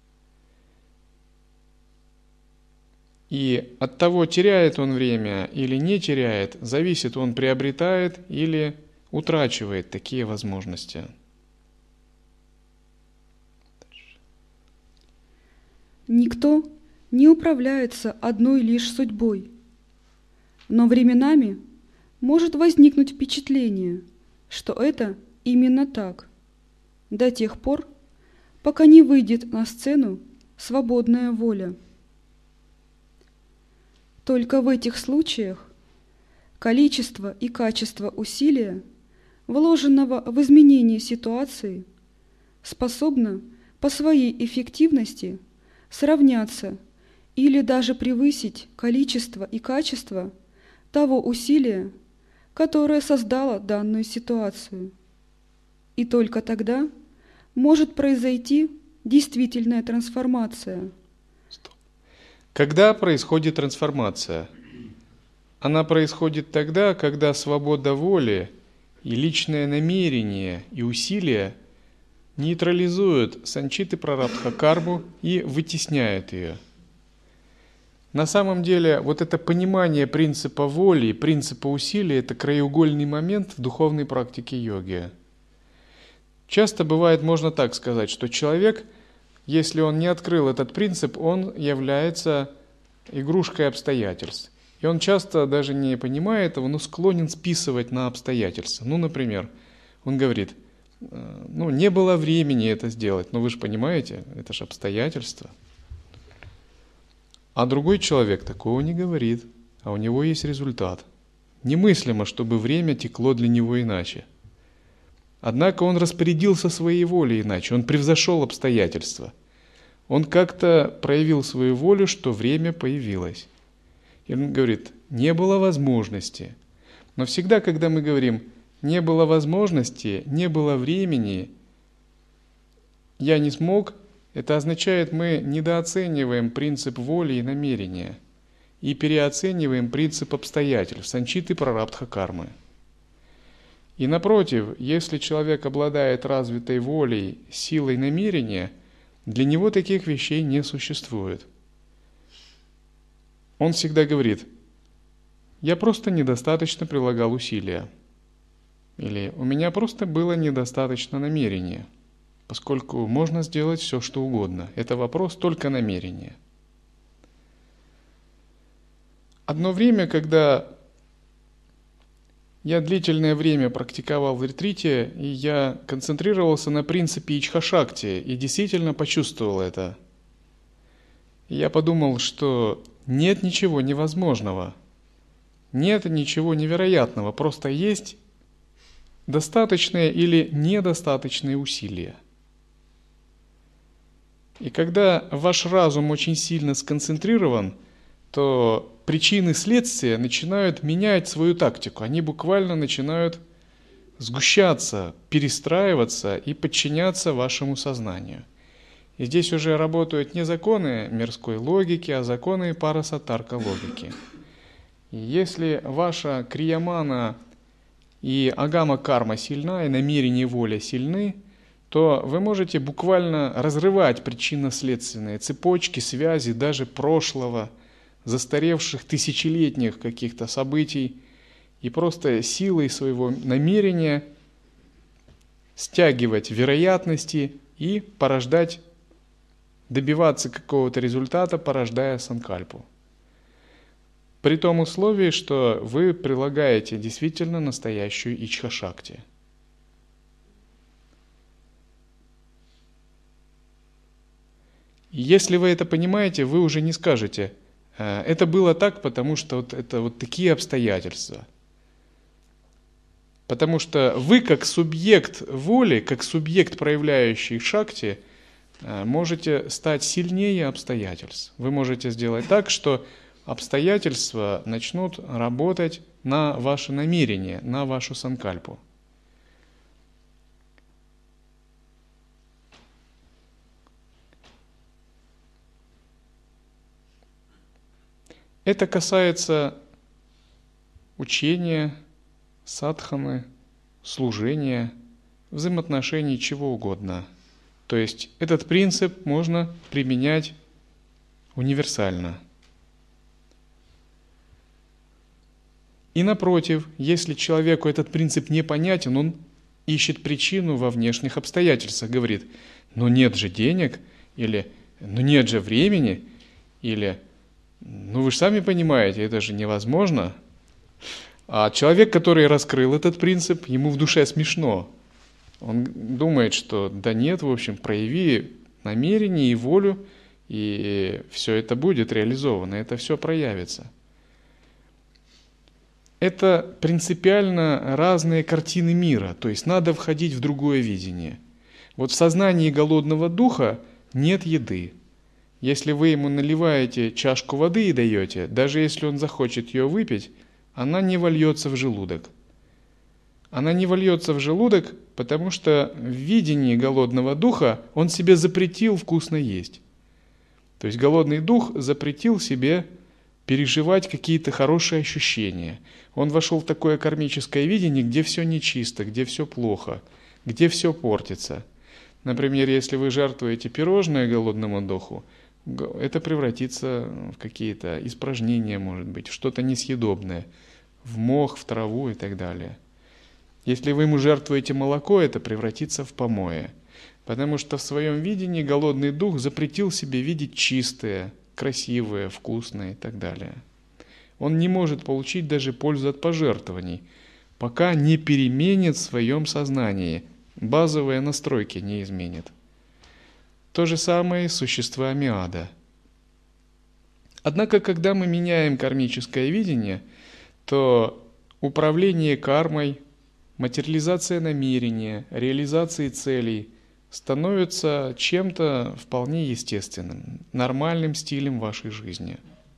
Speaker 1: И от того, теряет он время или не теряет, зависит, он приобретает или утрачивает такие возможности.
Speaker 2: Никто не управляется одной лишь судьбой, но временами может возникнуть впечатление, что это именно так, до тех пор, пока не выйдет на сцену свободная воля. Только в этих случаях количество и качество усилия, вложенного в изменение ситуации, способно по своей эффективности сравняться или даже превысить количество и качество того усилия, которое создало данную ситуацию. И только тогда может произойти действительная трансформация.
Speaker 1: Когда происходит трансформация? Она происходит тогда, когда свобода воли и личное намерение и усилия нейтрализуют санчиты прарабдха карму и вытесняют ее. На самом деле, вот это понимание принципа воли и принципа усилия – это краеугольный момент в духовной практике йоги. Часто бывает, можно так сказать, что человек, если он не открыл этот принцип, он является игрушкой обстоятельств. И он часто, даже не понимая этого, но склонен списывать на обстоятельства. Например, он говорит, не было времени это сделать, но вы же понимаете, это же обстоятельства. А другой человек такого не говорит, а у него есть результат. Немыслимо, чтобы время текло для него иначе. Однако он распорядился своей волей иначе, он превзошел обстоятельства. Он как-то проявил свою волю, что время появилось. И он говорит, не было возможности. Но всегда, когда мы говорим, не было возможности, не было времени, я не смог, это означает, мы недооцениваем принцип воли и намерения и переоцениваем принцип обстоятельств, санчиты прарабдха кармы. И напротив, если человек обладает развитой волей, силой намерения, для него таких вещей не существует. Он всегда говорит, я просто недостаточно прилагал усилия. Или у меня просто было недостаточно намерения, поскольку можно сделать все, что угодно. Это вопрос только намерения. Одно время, когда я длительное время практиковал в ретрите, и я концентрировался на принципе ичха-шакти, и действительно почувствовал это. И я подумал, что нет ничего невозможного, нет ничего невероятного, просто есть достаточные или недостаточные усилия. И когда ваш разум очень сильно сконцентрирован, то причины следствия начинают менять свою тактику. Они буквально начинают сгущаться, перестраиваться и подчиняться вашему сознанию. И здесь уже работают не законы мирской логики, а законы парасатарка логики. И если ваша криямана и агама карма сильна, и намерение воля сильны, то вы можете буквально разрывать причинно-следственные цепочки, связи даже прошлого, застаревших тысячелетних каких-то событий, и просто силой своего намерения стягивать вероятности и добиваться какого-то результата, порождая санкальпу. При том условии, что вы прилагаете действительно настоящую ичха-шакти. Если вы это понимаете, вы уже не скажете, это было так, потому что это такие обстоятельства. Потому что вы как субъект воли, как субъект, проявляющий шакти, можете стать сильнее обстоятельств. Вы можете сделать так, что обстоятельства начнут работать на ваше намерение, на вашу санкальпу. Это касается учения, садханы, служения, взаимоотношений, чего угодно. То есть этот принцип можно применять универсально. И напротив, если человеку этот принцип непонятен, он ищет причину во внешних обстоятельствах, говорит: ну нет же денег, или ну нет же времени, или ну вы же сами понимаете, это же невозможно. А человек, который раскрыл этот принцип, ему в душе смешно. Он думает, что да нет, в общем, прояви намерение и волю, и все это будет реализовано, это все проявится. Это принципиально разные картины мира, то есть надо входить в другое видение. Вот в сознании голодного духа нет еды. Если вы ему наливаете чашку воды и даете, даже если он захочет ее выпить, она не вольется в желудок. Она не вольется в желудок, потому что в видении голодного духа он себе запретил вкусно есть. То есть голодный дух запретил себе переживать какие-то хорошие ощущения. Он вошел в такое кармическое видение, где все нечисто, где все плохо, где все портится. Например, если вы жертвуете пирожное голодному духу, это превратится в какие-то испражнения, может быть, в что-то несъедобное, в мох, в траву и так далее. Если вы ему жертвуете молоко, это превратится в помои. Потому что в своем видении голодный дух запретил себе видеть чистое, красивое, вкусное и так далее. Он не может получить даже пользу от пожертвований, пока не переменит в своем сознании, базовые настройки не изменит. То же самое и с существами ада. Однако, когда мы меняем кармическое видение, то управление кармой, материализация намерения, реализация целей становится чем-то вполне естественным, нормальным стилем вашей жизни.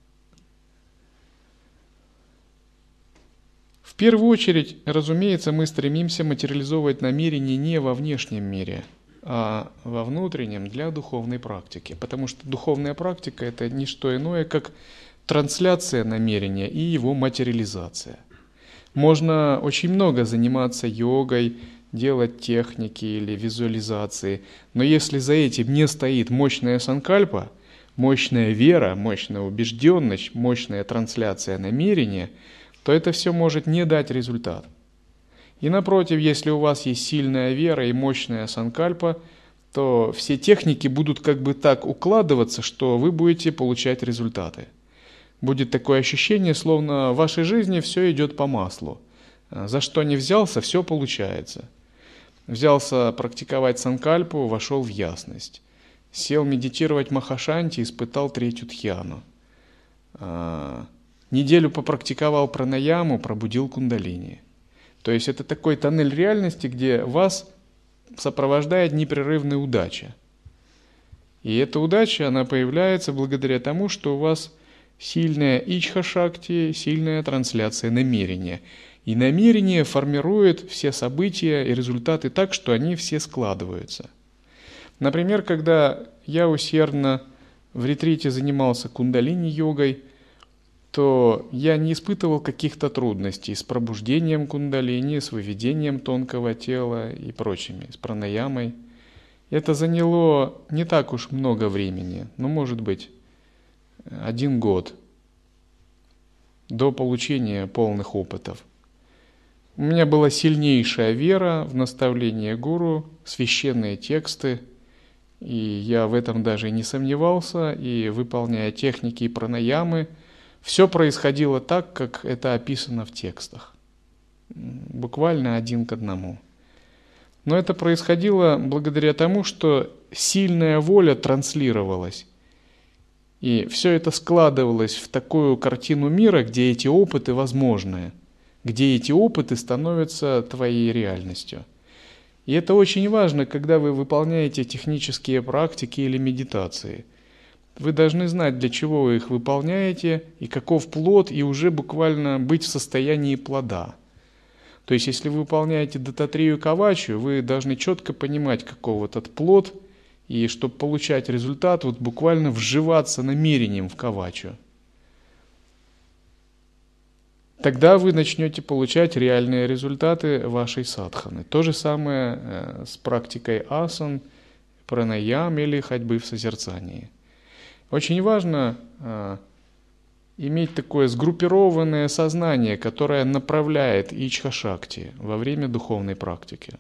Speaker 1: В первую очередь, разумеется, мы стремимся материализовывать намерения не во внешнем мире, а во внутреннем для духовной практики. Потому что духовная практика – это не что иное, как трансляция намерения и его материализация. Можно очень много заниматься йогой, делать техники или визуализации, но если за этим не стоит мощная санкальпа, мощная вера, мощная убежденность, мощная трансляция намерения, то это все может не дать результат. И напротив, если у вас есть сильная вера и мощная санкальпа, то все техники будут как бы так укладываться, что вы будете получать результаты. Будет такое ощущение, словно в вашей жизни все идет по маслу. За что не взялся, все получается. Взялся практиковать санкальпу, вошел в ясность. Сел медитировать махашанти, испытал третью дхьяну. Неделю попрактиковал пранаяму, пробудил кундалини. То есть это такой тоннель реальности, где вас сопровождает непрерывная удача. И эта удача, она появляется благодаря тому, что у вас сильная ичха-шакти, сильная трансляция намерения. И намерение формирует все события и результаты так, что они все складываются. Например, когда я усердно в ретрите занимался кундалини-йогой, то я не испытывал каких-то трудностей с пробуждением кундалини, с выведением тонкого тела и прочими, с пранаямой. Это заняло не так уж много времени, может быть, 1 год до получения полных опытов. У меня была сильнейшая вера в наставление гуру, священные тексты, и я в этом даже не сомневался, и выполняя техники и пранаямы, все происходило так, как это описано в текстах. Буквально 1 к 1. Но это происходило благодаря тому, что сильная воля транслировалась. И все это складывалось в такую картину мира, где эти опыты возможны, где эти опыты становятся твоей реальностью. И это очень важно, когда вы выполняете технические практики или медитации. Вы должны знать, для чего вы их выполняете, и каков плод, и уже буквально быть в состоянии плода. То есть, если вы выполняете дататрию кавачу, вы должны четко понимать, каков этот плод, и чтобы получать результат, вот буквально вживаться намерением в кавачу. Тогда вы начнете получать реальные результаты вашей садханы. То же самое с практикой асан, пранаям или ходьбы в созерцании. Очень важно иметь такое сгруппированное сознание, которое направляет ичха-шакти во время духовной практики.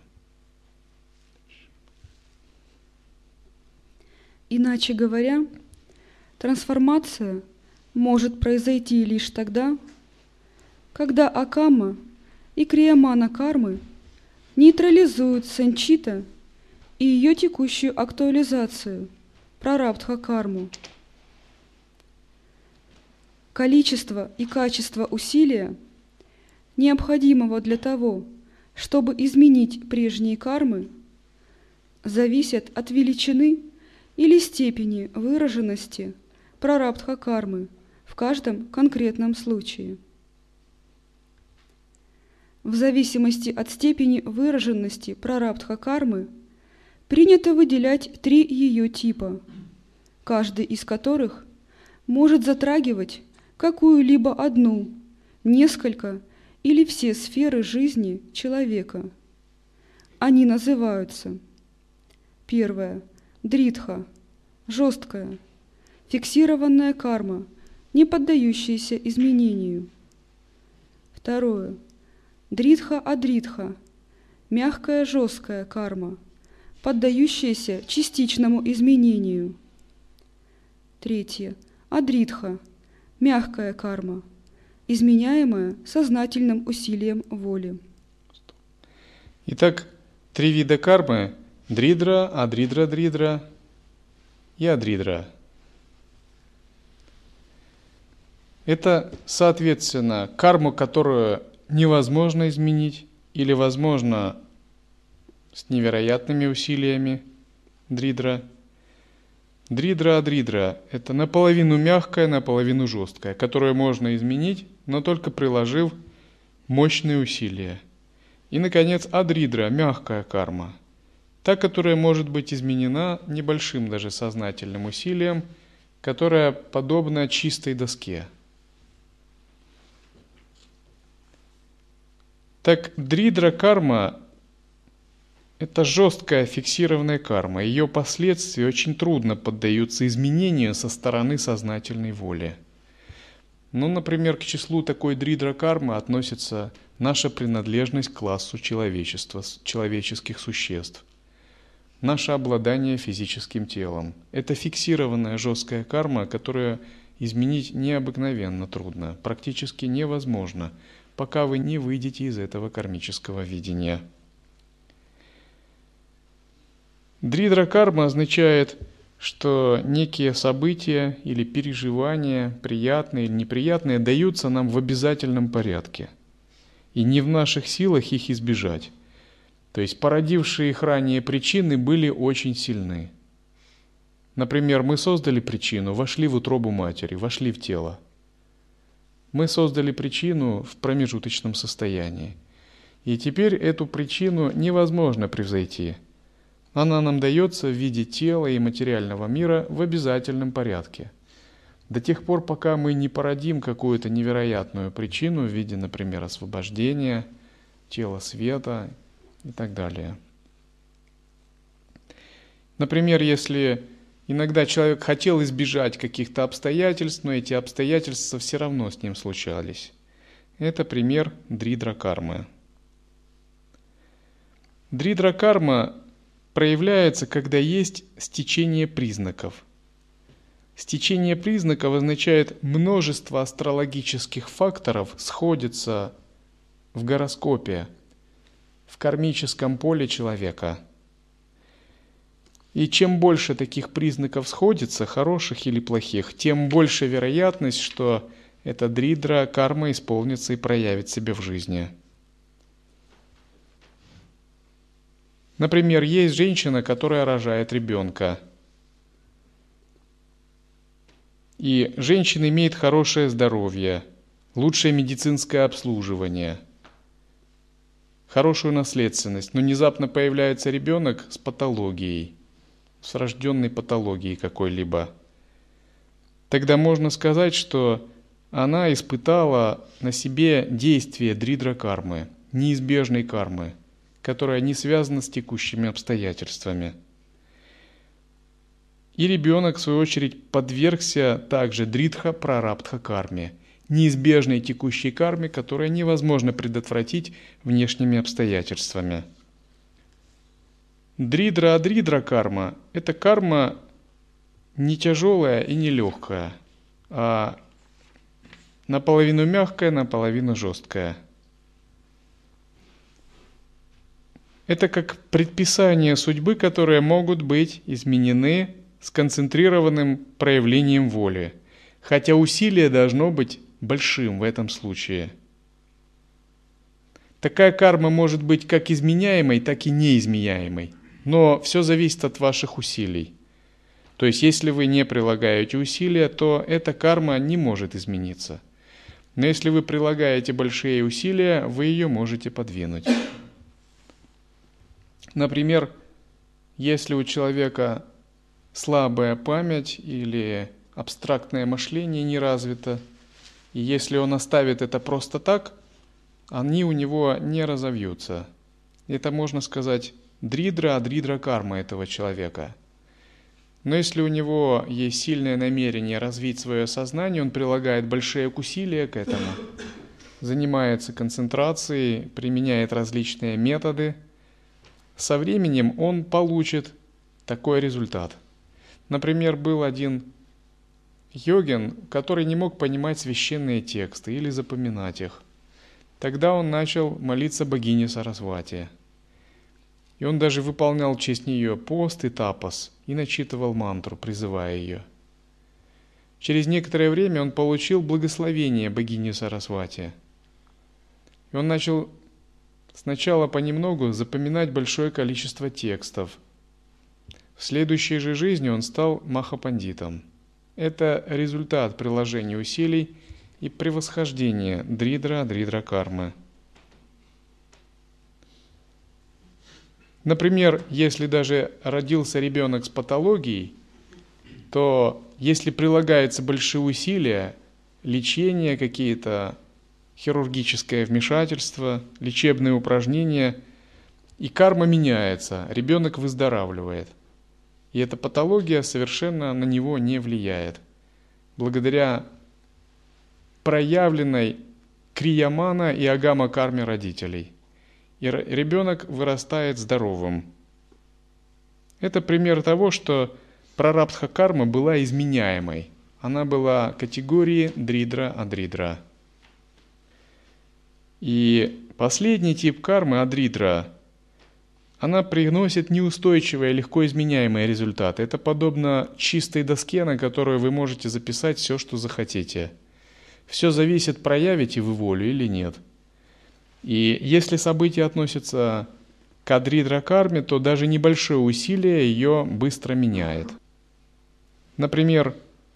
Speaker 2: Иначе говоря, трансформация может произойти лишь тогда, когда акама и криямана кармы нейтрализуют санчита и ее текущую актуализацию, прарабдха карму. Количество и качество усилия, необходимого для того, чтобы изменить прежние кармы, зависят от величины или степени выраженности прарабдха кармы в каждом конкретном случае. В зависимости от степени выраженности прарабдха кармы принято выделять 3 ее типа, каждый из которых может затрагивать какую-либо одну, несколько или все сферы жизни человека. Они называются: первое – дритха, жесткая, фиксированная карма, не поддающаяся изменению. Второе – дритха-адритха, мягкая жесткая карма, поддающаяся частичному изменению. Третье – адритха, мягкая карма, изменяемая сознательным усилием воли.
Speaker 1: Итак, 3 вида кармы – дридра, адридра-дридра и адридра. Это, соответственно, карму, которую невозможно изменить или возможно с невероятными усилиями, дридра. Дридра-адридра – это наполовину мягкая, наполовину жесткая, которую можно изменить, но только приложив мощные усилия. И, наконец, адридра – мягкая карма, та, которая может быть изменена небольшим даже сознательным усилием, которая подобна чистой доске. Так, дридра-карма – это жесткая фиксированная карма. Ее последствия очень трудно поддаются изменению со стороны сознательной воли. Ну, например, к числу такой дридра-кармы относится наша принадлежность к классу человечества, человеческих существ, наше обладание физическим телом. Это фиксированная жесткая карма, которую изменить необыкновенно трудно, практически невозможно, пока вы не выйдете из этого кармического видения. Дридра-карма означает, что некие события или переживания, приятные или неприятные, даются нам в обязательном порядке, и не в наших силах их избежать. То есть породившие их ранее причины были очень сильны. Например, мы создали причину, вошли в утробу матери, вошли в тело. Мы создали причину в промежуточном состоянии. И теперь эту причину невозможно превзойти. Она нам дается в виде тела и материального мира в обязательном порядке. До тех пор, пока мы не породим какую-то невероятную причину в виде, например, освобождения, тела света и так далее. Например, если иногда человек хотел избежать каких-то обстоятельств, но эти обстоятельства все равно с ним случались. Это пример дридра-кармы. Дридра-карма проявляется, когда есть стечение признаков. Стечение признаков означает, множество астрологических факторов сходятся в гороскопе, в кармическом поле человека. И чем больше таких признаков сходится, хороших или плохих, тем больше вероятность, что эта дридра карма исполнится и проявит себя в жизни. Например, есть женщина, которая рожает ребенка. И женщина имеет хорошее здоровье, лучшее медицинское обслуживание, хорошую наследственность, но внезапно появляется ребенок с патологией, с врожденной патологией какой-либо. Тогда можно сказать, что она испытала на себе действие дридра-кармы, неизбежной кармы, которая не связана с текущими обстоятельствами. И ребенок, в свою очередь, подвергся также дридха-прарабдха-карме, неизбежной текущей карме, которая невозможно предотвратить внешними обстоятельствами. Дридра-адридра-карма – это карма не тяжелая и не легкая, а наполовину мягкая, наполовину жесткая. Это как предписания судьбы, которые могут быть изменены сконцентрированным проявлением воли, хотя усилие должно быть большим в этом случае. Такая карма может быть как изменяемой, так и неизменяемой, но все зависит от ваших усилий. То есть, если вы не прилагаете усилия, то эта карма не может измениться. Но если вы прилагаете большие усилия, вы ее можете подвинуть. Например, если у человека слабая память или абстрактное мышление не развито, и если он оставит это просто так, они у него не разовьются. Это, можно сказать, дридра-адридра-карма этого человека. Но если у него есть сильное намерение развить свое сознание, он прилагает большие усилия к этому, занимается концентрацией, применяет различные методы, со временем он получит такой результат. Например, был один йогин, который не мог понимать священные тексты или запоминать их. Тогда он начал молиться богине Сарасвати. И он даже выполнял в честь нее пост и тапас и начитывал мантру, призывая ее. Через некоторое время он получил благословение богини Сарасвати. И он начал сначала понемногу запоминать большое количество текстов. В следующей же жизни он стал махапандитом. Это результат приложения усилий и превосхождения дридра-адридра-кармы. Например, если даже родился ребенок с патологией, то если прилагаются большие усилия, лечение какие-то, хирургическое вмешательство, лечебные упражнения, и карма меняется, ребенок выздоравливает. И эта патология совершенно на него не влияет. Благодаря проявленной криямана и агама карме родителей. И ребенок вырастает здоровым. Это пример того, что прарабдха карма была изменяемой. Она была категории дридра-адридра. И последний тип кармы, адридра, она приносит неустойчивые, легко изменяемые результаты. Это подобно чистой доске, на которую вы можете записать все, что захотите. Все зависит, проявите вы волю или нет. И если событие относится к адридра-карме, то даже небольшое усилие ее быстро меняет. Например,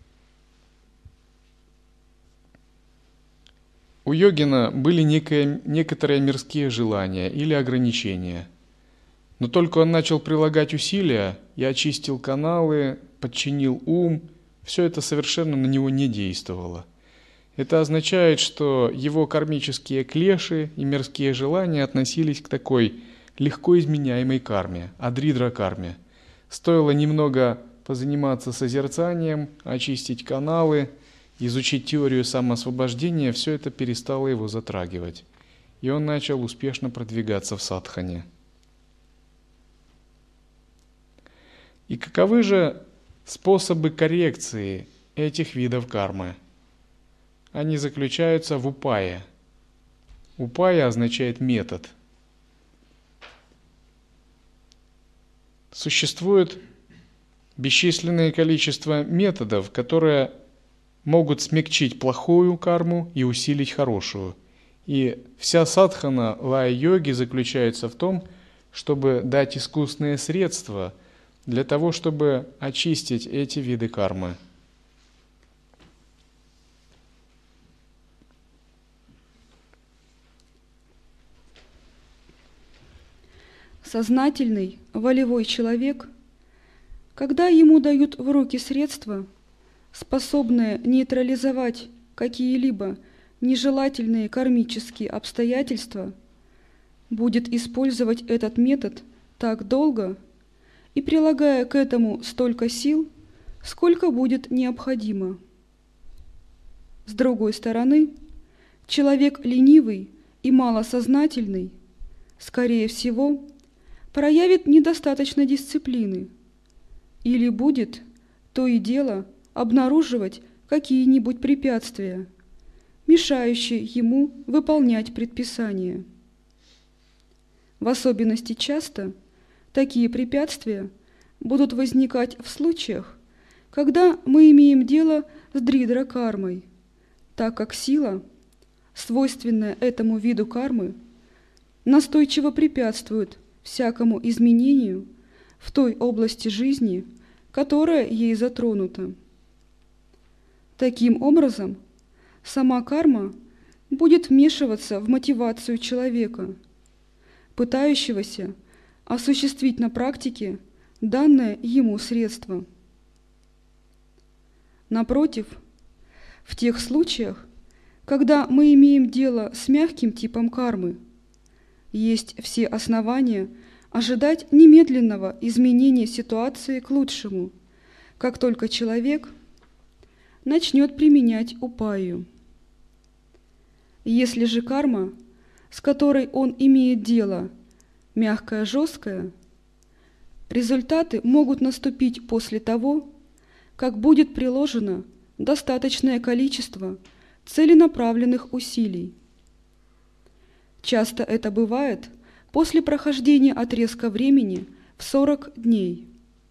Speaker 1: у йогина были некоторые мирские желания или ограничения. Но только он начал прилагать усилия и очистил каналы, подчинил ум, все это совершенно на него не действовало. Это означает, что его кармические клеши и мирские желания относились к такой легко изменяемой карме, адридра-карме. Стоило немного позаниматься созерцанием, очистить каналы, изучить теорию самоосвобождения, все это перестало его затрагивать. И он начал успешно продвигаться в садхане. И каковы же способы коррекции этих видов кармы? Они заключаются в упае. Упая означает метод. Существует бесчисленное количество методов, которые могут смягчить плохую карму и усилить хорошую. И вся садхана лая-йоги заключается в том, чтобы дать искусные средства для того, чтобы очистить эти виды кармы.
Speaker 2: Сознательный, волевой человек, когда ему дают в руки средства, способные нейтрализовать какие-либо нежелательные кармические обстоятельства, будет использовать этот метод так долго и прилагая к этому столько сил, сколько будет необходимо. С другой стороны, человек ленивый и малосознательный, скорее всего, проявит недостаточно дисциплины или будет то и дело обнаруживать какие-нибудь препятствия, мешающие ему выполнять предписания. В особенности часто такие препятствия будут возникать в случаях, когда мы имеем дело с дридра-кармой, так как сила, свойственная этому виду кармы, настойчиво препятствует всякому изменению в той области жизни, которая ей затронута. Таким образом, сама карма будет вмешиваться в мотивацию человека, пытающегося осуществить на практике данное ему средство. Напротив, в тех случаях, когда мы имеем дело с мягким типом кармы, есть все основания ожидать немедленного изменения ситуации к лучшему, как только человек начнет применять упайю. Если же карма, с которой он имеет дело, мягкая, жесткая, результаты могут наступить после того, как будет приложено достаточное количество целенаправленных усилий. Часто это бывает после прохождения отрезка времени в 40 дней.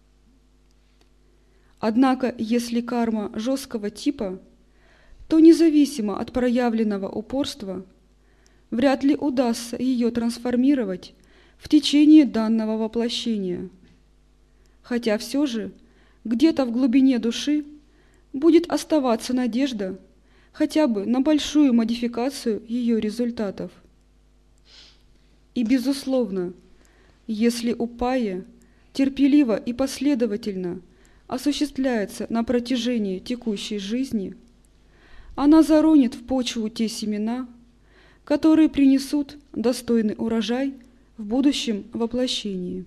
Speaker 2: Однако, если карма жесткого типа, то независимо от проявленного упорства, вряд ли удастся ее трансформировать в течение данного воплощения. Хотя все же где-то в глубине души будет оставаться надежда хотя бы на большую модификацию ее результатов. И, безусловно, если упайя терпеливо и последовательно осуществляется на протяжении текущей жизни, она заронит в почву те семена, которые принесут достойный урожай в будущем воплощении.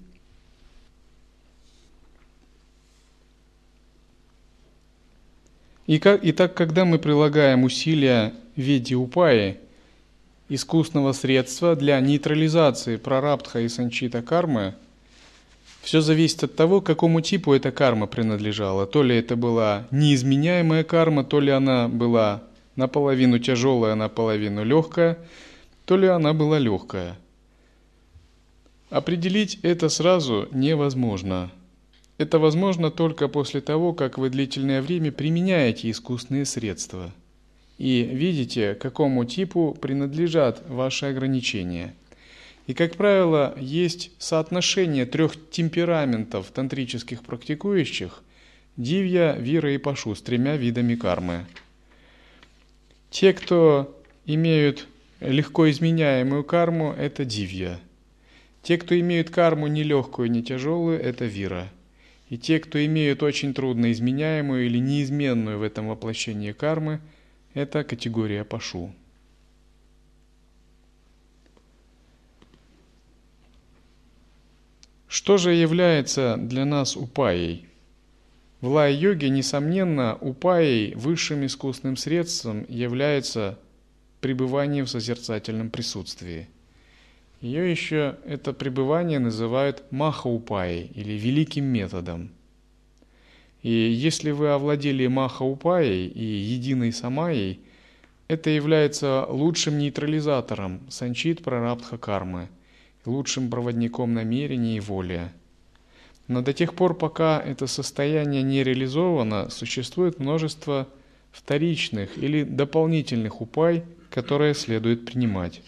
Speaker 1: Итак, когда мы прилагаем усилия в виде упайи, искусного средства для нейтрализации прарабдха и санчита кармы, все зависит от того, к какому типу эта карма принадлежала. То ли это была неизменяемая карма, то ли она была наполовину тяжелая, наполовину легкая, то ли она была легкая. Определить это сразу невозможно. Это возможно только после того, как вы длительное время применяете искусственные средства и видите, к какому типу принадлежат ваши ограничения. И, как правило, есть соотношение 3 темпераментов тантрических практикующих – дивья, вира и пашу с 3 видами кармы. Те, кто имеют легко изменяемую карму – это дивья. Те, кто имеют карму не легкую, не тяжелую – это вира. И те, кто имеют очень трудно изменяемую или неизменную в этом воплощении кармы – это категория пашу. Что же является для нас упайей? В лай-йоге, несомненно, упайей, высшим искусственным средством, является пребывание в созерцательном присутствии. Ее еще, это пребывание, называют маха-упайей или великим методом. И если вы овладели маха-упайей и единой самайей, это является лучшим нейтрализатором санчит прарабдха кармы, лучшим проводником намерений и воли. Но до тех пор, пока это состояние не реализовано, существует множество вторичных или дополнительных упай, которые следует принимать.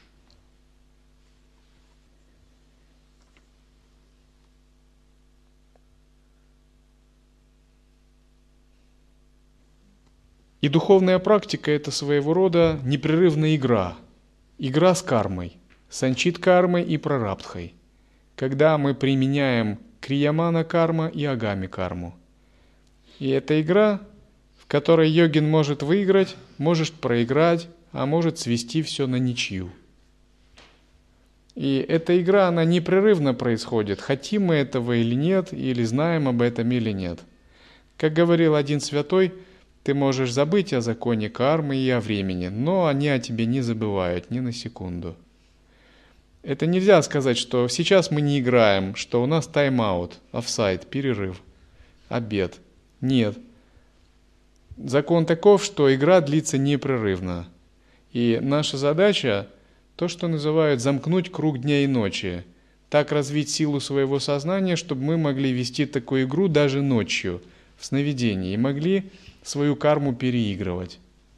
Speaker 1: И духовная практика – это своего рода непрерывная игра с кармой, санчит кармой и прарабдхой. когда мы применяем криямана карма и агами карму. И это игра, в которой йогин может выиграть, может проиграть, а может свести все на ничью. И эта игра, она непрерывно происходит, хотим мы этого или нет, или знаем об этом или нет. Как говорил один святой, ты можешь забыть о законе кармы и о времени, но они о тебе не забывают ни на секунду. Это нельзя сказать, что сейчас мы не играем, что у нас тайм-аут, офсайд, перерыв, обед. Нет. Закон таков, что игра длится непрерывно. И наша задача – то, что называют замкнуть круг дня и ночи. Так развить силу своего сознания, чтобы мы могли вести такую игру даже ночью, в сновидении, и могли свою карму переигрывать.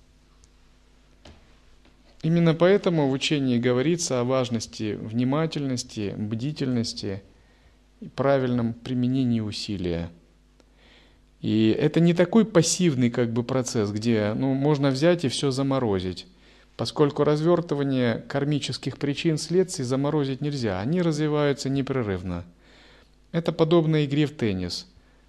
Speaker 1: Именно поэтому в учении говорится о важности внимательности, бдительности и правильном применении усилия. И это не такой пассивный процесс, где можно взять и все заморозить, поскольку развертывание кармических причин следствий заморозить нельзя, они развиваются непрерывно. Это подобно игре в теннис.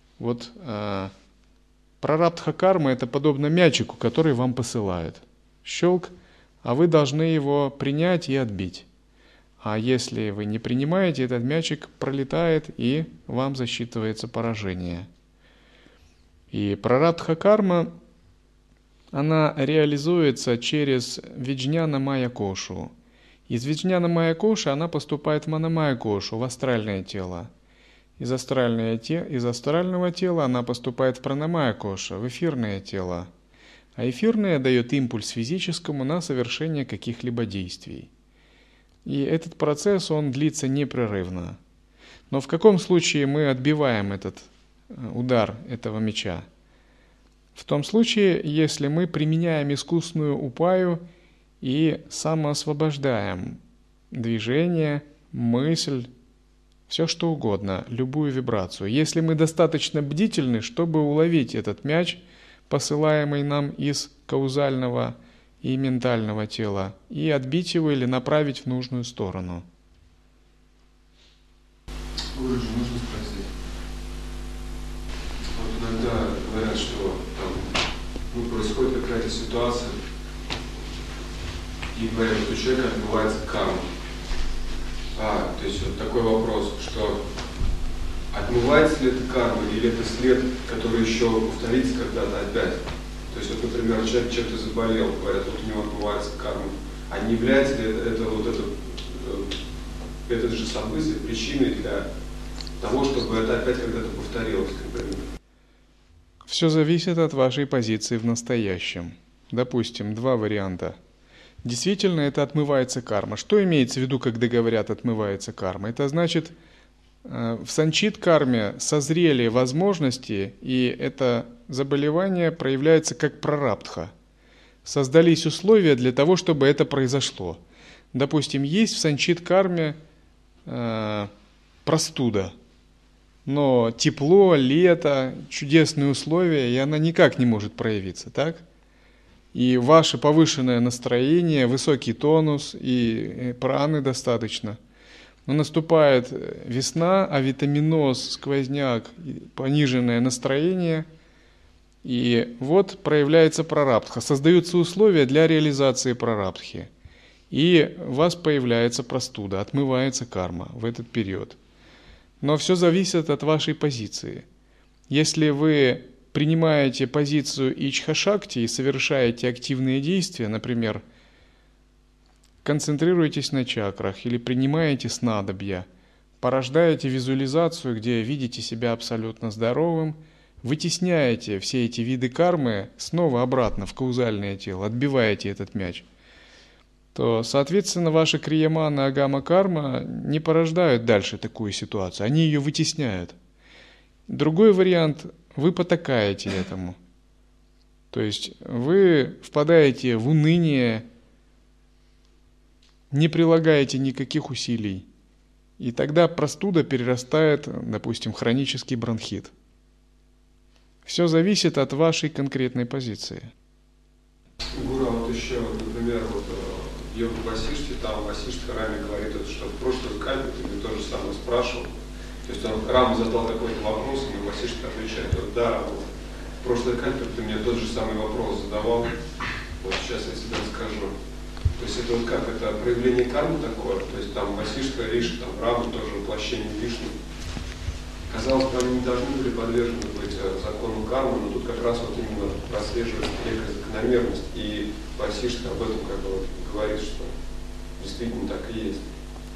Speaker 1: Прарабдха карма – это подобно мячику, который вам посылают. Щелк, а вы должны его принять и отбить. А если вы не принимаете, этот мячик пролетает, и вам засчитывается поражение. И прарабдха карма, она реализуется через виджняна майя кошу. Из виджняна майя коши она поступает в манамайя кошу, в астральное тело. Из астрального тела она поступает в пранамайя коша, в эфирное тело. А эфирное дает импульс физическому на совершение каких-либо действий. И этот процесс, он длится непрерывно. Но в каком случае мы отбиваем этот удар этого меча? В том случае, если мы применяем искусную упаю и самоосвобождаем движение, мысль, все что угодно, любую вибрацию. Если мы достаточно бдительны, чтобы уловить этот мяч, посылаемый нам из каузального и ментального тела, и отбить его или направить в нужную сторону.
Speaker 3: Гуруджи, можно спросить? Иногда говорят, что происходит какая-то ситуация, и говорят, что у человека отбывается карма. То есть такой вопрос, что отмывается ли это карма, или это след, который еще повторится когда-то опять? То есть, например, человек чем-то заболел, говорят, у него отмывается карма. А не является ли это же событие причиной для того, чтобы это опять когда-то повторилось, например?
Speaker 1: Все зависит от вашей позиции в настоящем. Допустим, два варианта. Действительно, это отмывается карма. Что имеется в виду, когда говорят «отмывается карма»? Это значит, в санчит-карме созрели возможности, и это заболевание проявляется как прарабдха. Создались условия для того, чтобы это произошло. Допустим, есть в санчит-карме простуда, но тепло, лето, чудесные условия, и она никак не может проявиться, так? И ваше повышенное настроение, высокий тонус, и праны достаточно. Но наступает весна, авитаминоз, сквозняк, пониженное настроение, и вот проявляется прарабдха. Создаются условия для реализации прарабдхи. И у вас появляется простуда, отмывается карма в этот период. Но все зависит от вашей позиции. Если вы принимаете позицию ичха-шакти и совершаете активные действия, например, концентрируетесь на чакрах или принимаете снадобья, порождаете визуализацию, где видите себя абсолютно здоровым, вытесняете все эти виды кармы снова обратно в каузальное тело, отбиваете этот мяч, то, соответственно, ваша криямана, агама карма не порождают дальше такую ситуацию, они ее вытесняют. Другой вариант – вы потакаете этому. То есть вы впадаете в уныние, не прилагаете никаких усилий. И тогда простуда перерастает, допустим, в хронический бронхит. Все зависит от вашей конкретной позиции.
Speaker 3: Гуру, вот еще, например, йога Васиште, там Васиштха Раме говорит, что в прошлой кальпе ты мне то же самое спрашивал. То есть он Рама задал какой-то вопрос, и Васиштха отвечает, вот да, Рама, в прошлой кальпе ты мне тот же самый вопрос задавал, вот сейчас я тебе расскажу. То есть это вот как, это проявление кармы такое, то есть там Васиштха, Риша, там Рама тоже воплощение Вишну. Казалось бы, они не должны были подвержены быть закону кармы, но тут как раз вот именно прослеживается некая закономерность, и Васиштха об этом как бы вот говорит, что действительно так и есть.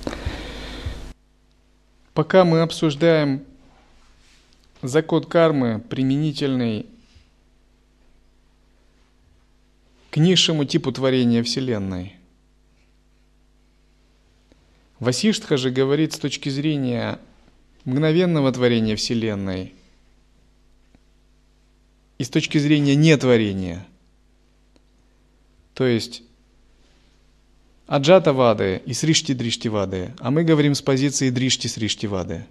Speaker 1: Пока мы обсуждаем закон кармы, применительный к низшему типу творения Вселенной, Васиштха же говорит с точки зрения мгновенного творения Вселенной и с точки зрения нетворения. То есть Аджата-вады и Сришти-дришти-вады, а мы говорим с позиции Дришти-сришти-вады.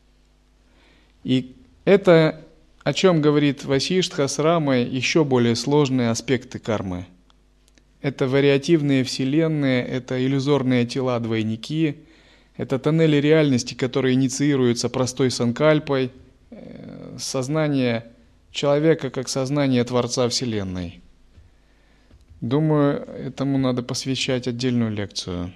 Speaker 1: И это, о чем говорит Васиштха с Рамой, еще более сложные аспекты кармы. Это вариативные вселенные, это иллюзорные тела-двойники, это тоннели реальности, которые инициируются простой санкальпой, сознание человека как сознание Творца Вселенной. Думаю, этому надо посвящать отдельную лекцию.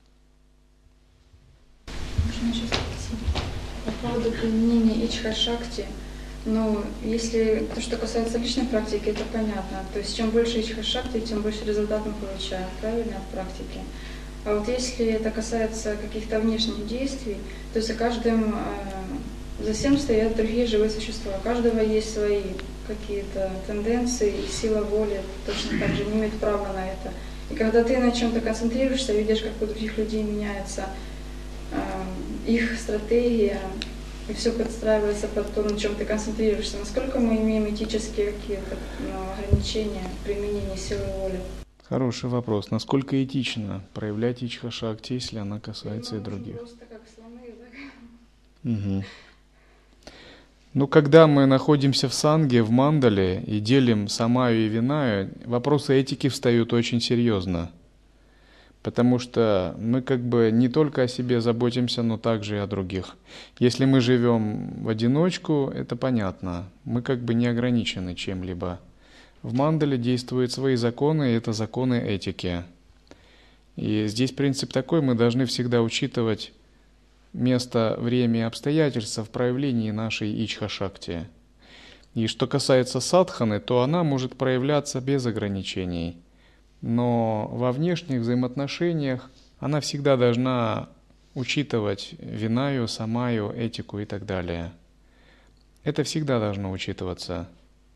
Speaker 4: Можно еще спросить по поводу применения ичха-шакти. Ну, если то, что касается личной практики, это понятно. То есть, чем больше ичха-шакти, тем больше результат мы получаем, правильно, от практики. А вот если это касается каких-то внешних действий, то за каждым, за всем стоят другие живые существа. У каждого есть свои какие-то тенденции, и сила воли точно так же не имеет права на это. И когда ты на чем-то концентрируешься, видишь, как у других людей меняется их стратегия, и все подстраивается под то, на чем ты концентрируешься. Насколько мы имеем этические какие-то ограничения в применении силы воли?
Speaker 1: Хороший вопрос. Насколько этично проявлять ичха-шакти, если она касается и других?
Speaker 4: Просто как слоны, так?
Speaker 1: Угу. Ну, когда мы находимся в санге, в мандале и делим самаю и винаю, вопросы этики встают очень серьезно. Потому что мы как бы не только о себе заботимся, но также и о других. Если мы живем в одиночку, это понятно. Мы как бы не ограничены чем-либо. В мандале действуют свои законы, и это законы этики. И здесь принцип такой: мы должны всегда учитывать место, время и обстоятельства в проявлении нашей ичха-шакти. И что касается садханы, то она может проявляться без ограничений. Но во внешних взаимоотношениях она всегда должна учитывать винаю, самаю, этику и так далее. Это всегда должно учитываться.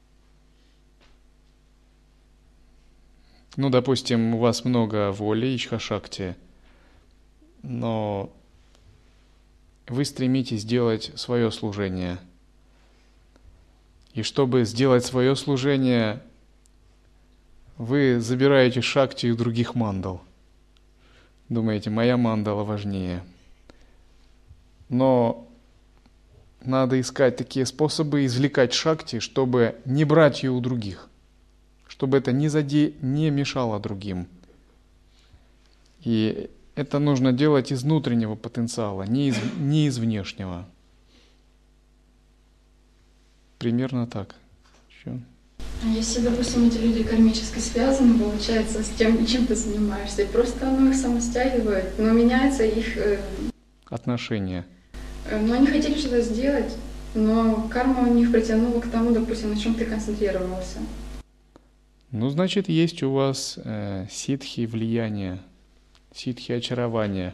Speaker 1: Ну, допустим, у вас много воли, ичха-шакти, но вы стремитесь сделать свое служение. И чтобы сделать свое служение, вы забираете шакти у других мандал. Думаете, моя мандала важнее. Но надо искать такие способы извлекать шакти, чтобы не брать ее у других, чтобы это не мешало другим. И это нужно делать из внутреннего потенциала, не из внешнего. Примерно так. Еще?
Speaker 4: А если, допустим, эти люди кармически связаны, получается, с тем, чем ты занимаешься, и просто оно их самостягивает, но меняется их
Speaker 1: отношения.
Speaker 4: Но они хотели что-то сделать, но карма у них притянула к тому, допустим, на чем ты концентрировался.
Speaker 1: Ну, значит, есть у вас ситхи влияния, ситхи очарования,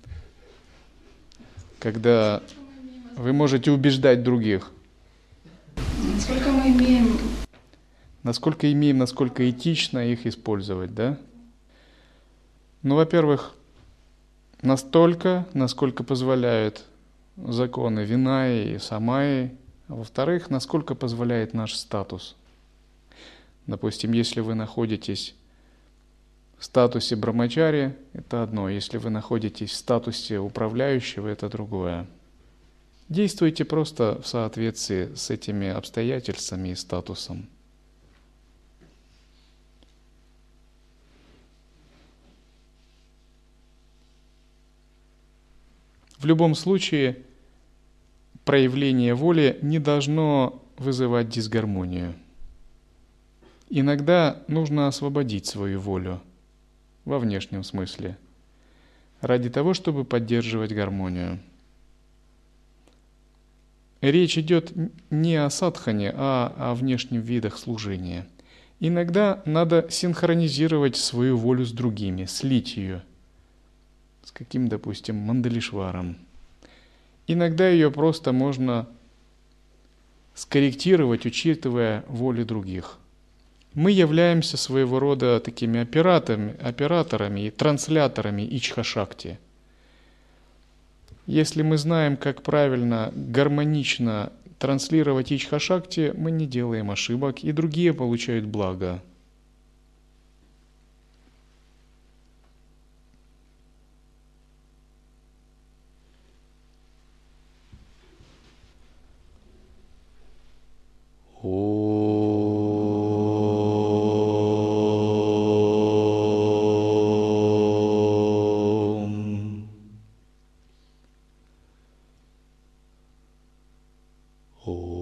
Speaker 1: когда вы можете убеждать других.
Speaker 4: Насколько мы имеем...
Speaker 1: Насколько этично их использовать, да? Ну, во-первых, настолько, насколько позволяют законы Винаи и Самаи, а во-вторых, насколько позволяет наш статус. Допустим, если вы находитесь в статусе брамачари, это одно, если вы находитесь в статусе управляющего, это другое. Действуйте просто в соответствии с этими обстоятельствами и статусом. В любом случае, проявление воли не должно вызывать дисгармонию. Иногда нужно освободить свою волю во внешнем смысле, ради того, чтобы поддерживать гармонию. Речь идет не о садхане, а о внешних видах служения. Иногда надо синхронизировать свою волю с другими, слить ее с каким, допустим, Мандалишваром. Иногда ее просто можно скорректировать, учитывая воли других. Мы являемся своего рода такими операторами и трансляторами ичха-шакти. Если мы знаем, как правильно, гармонично транслировать ичха-шакти, мы не делаем ошибок, и другие получают благо. Oh.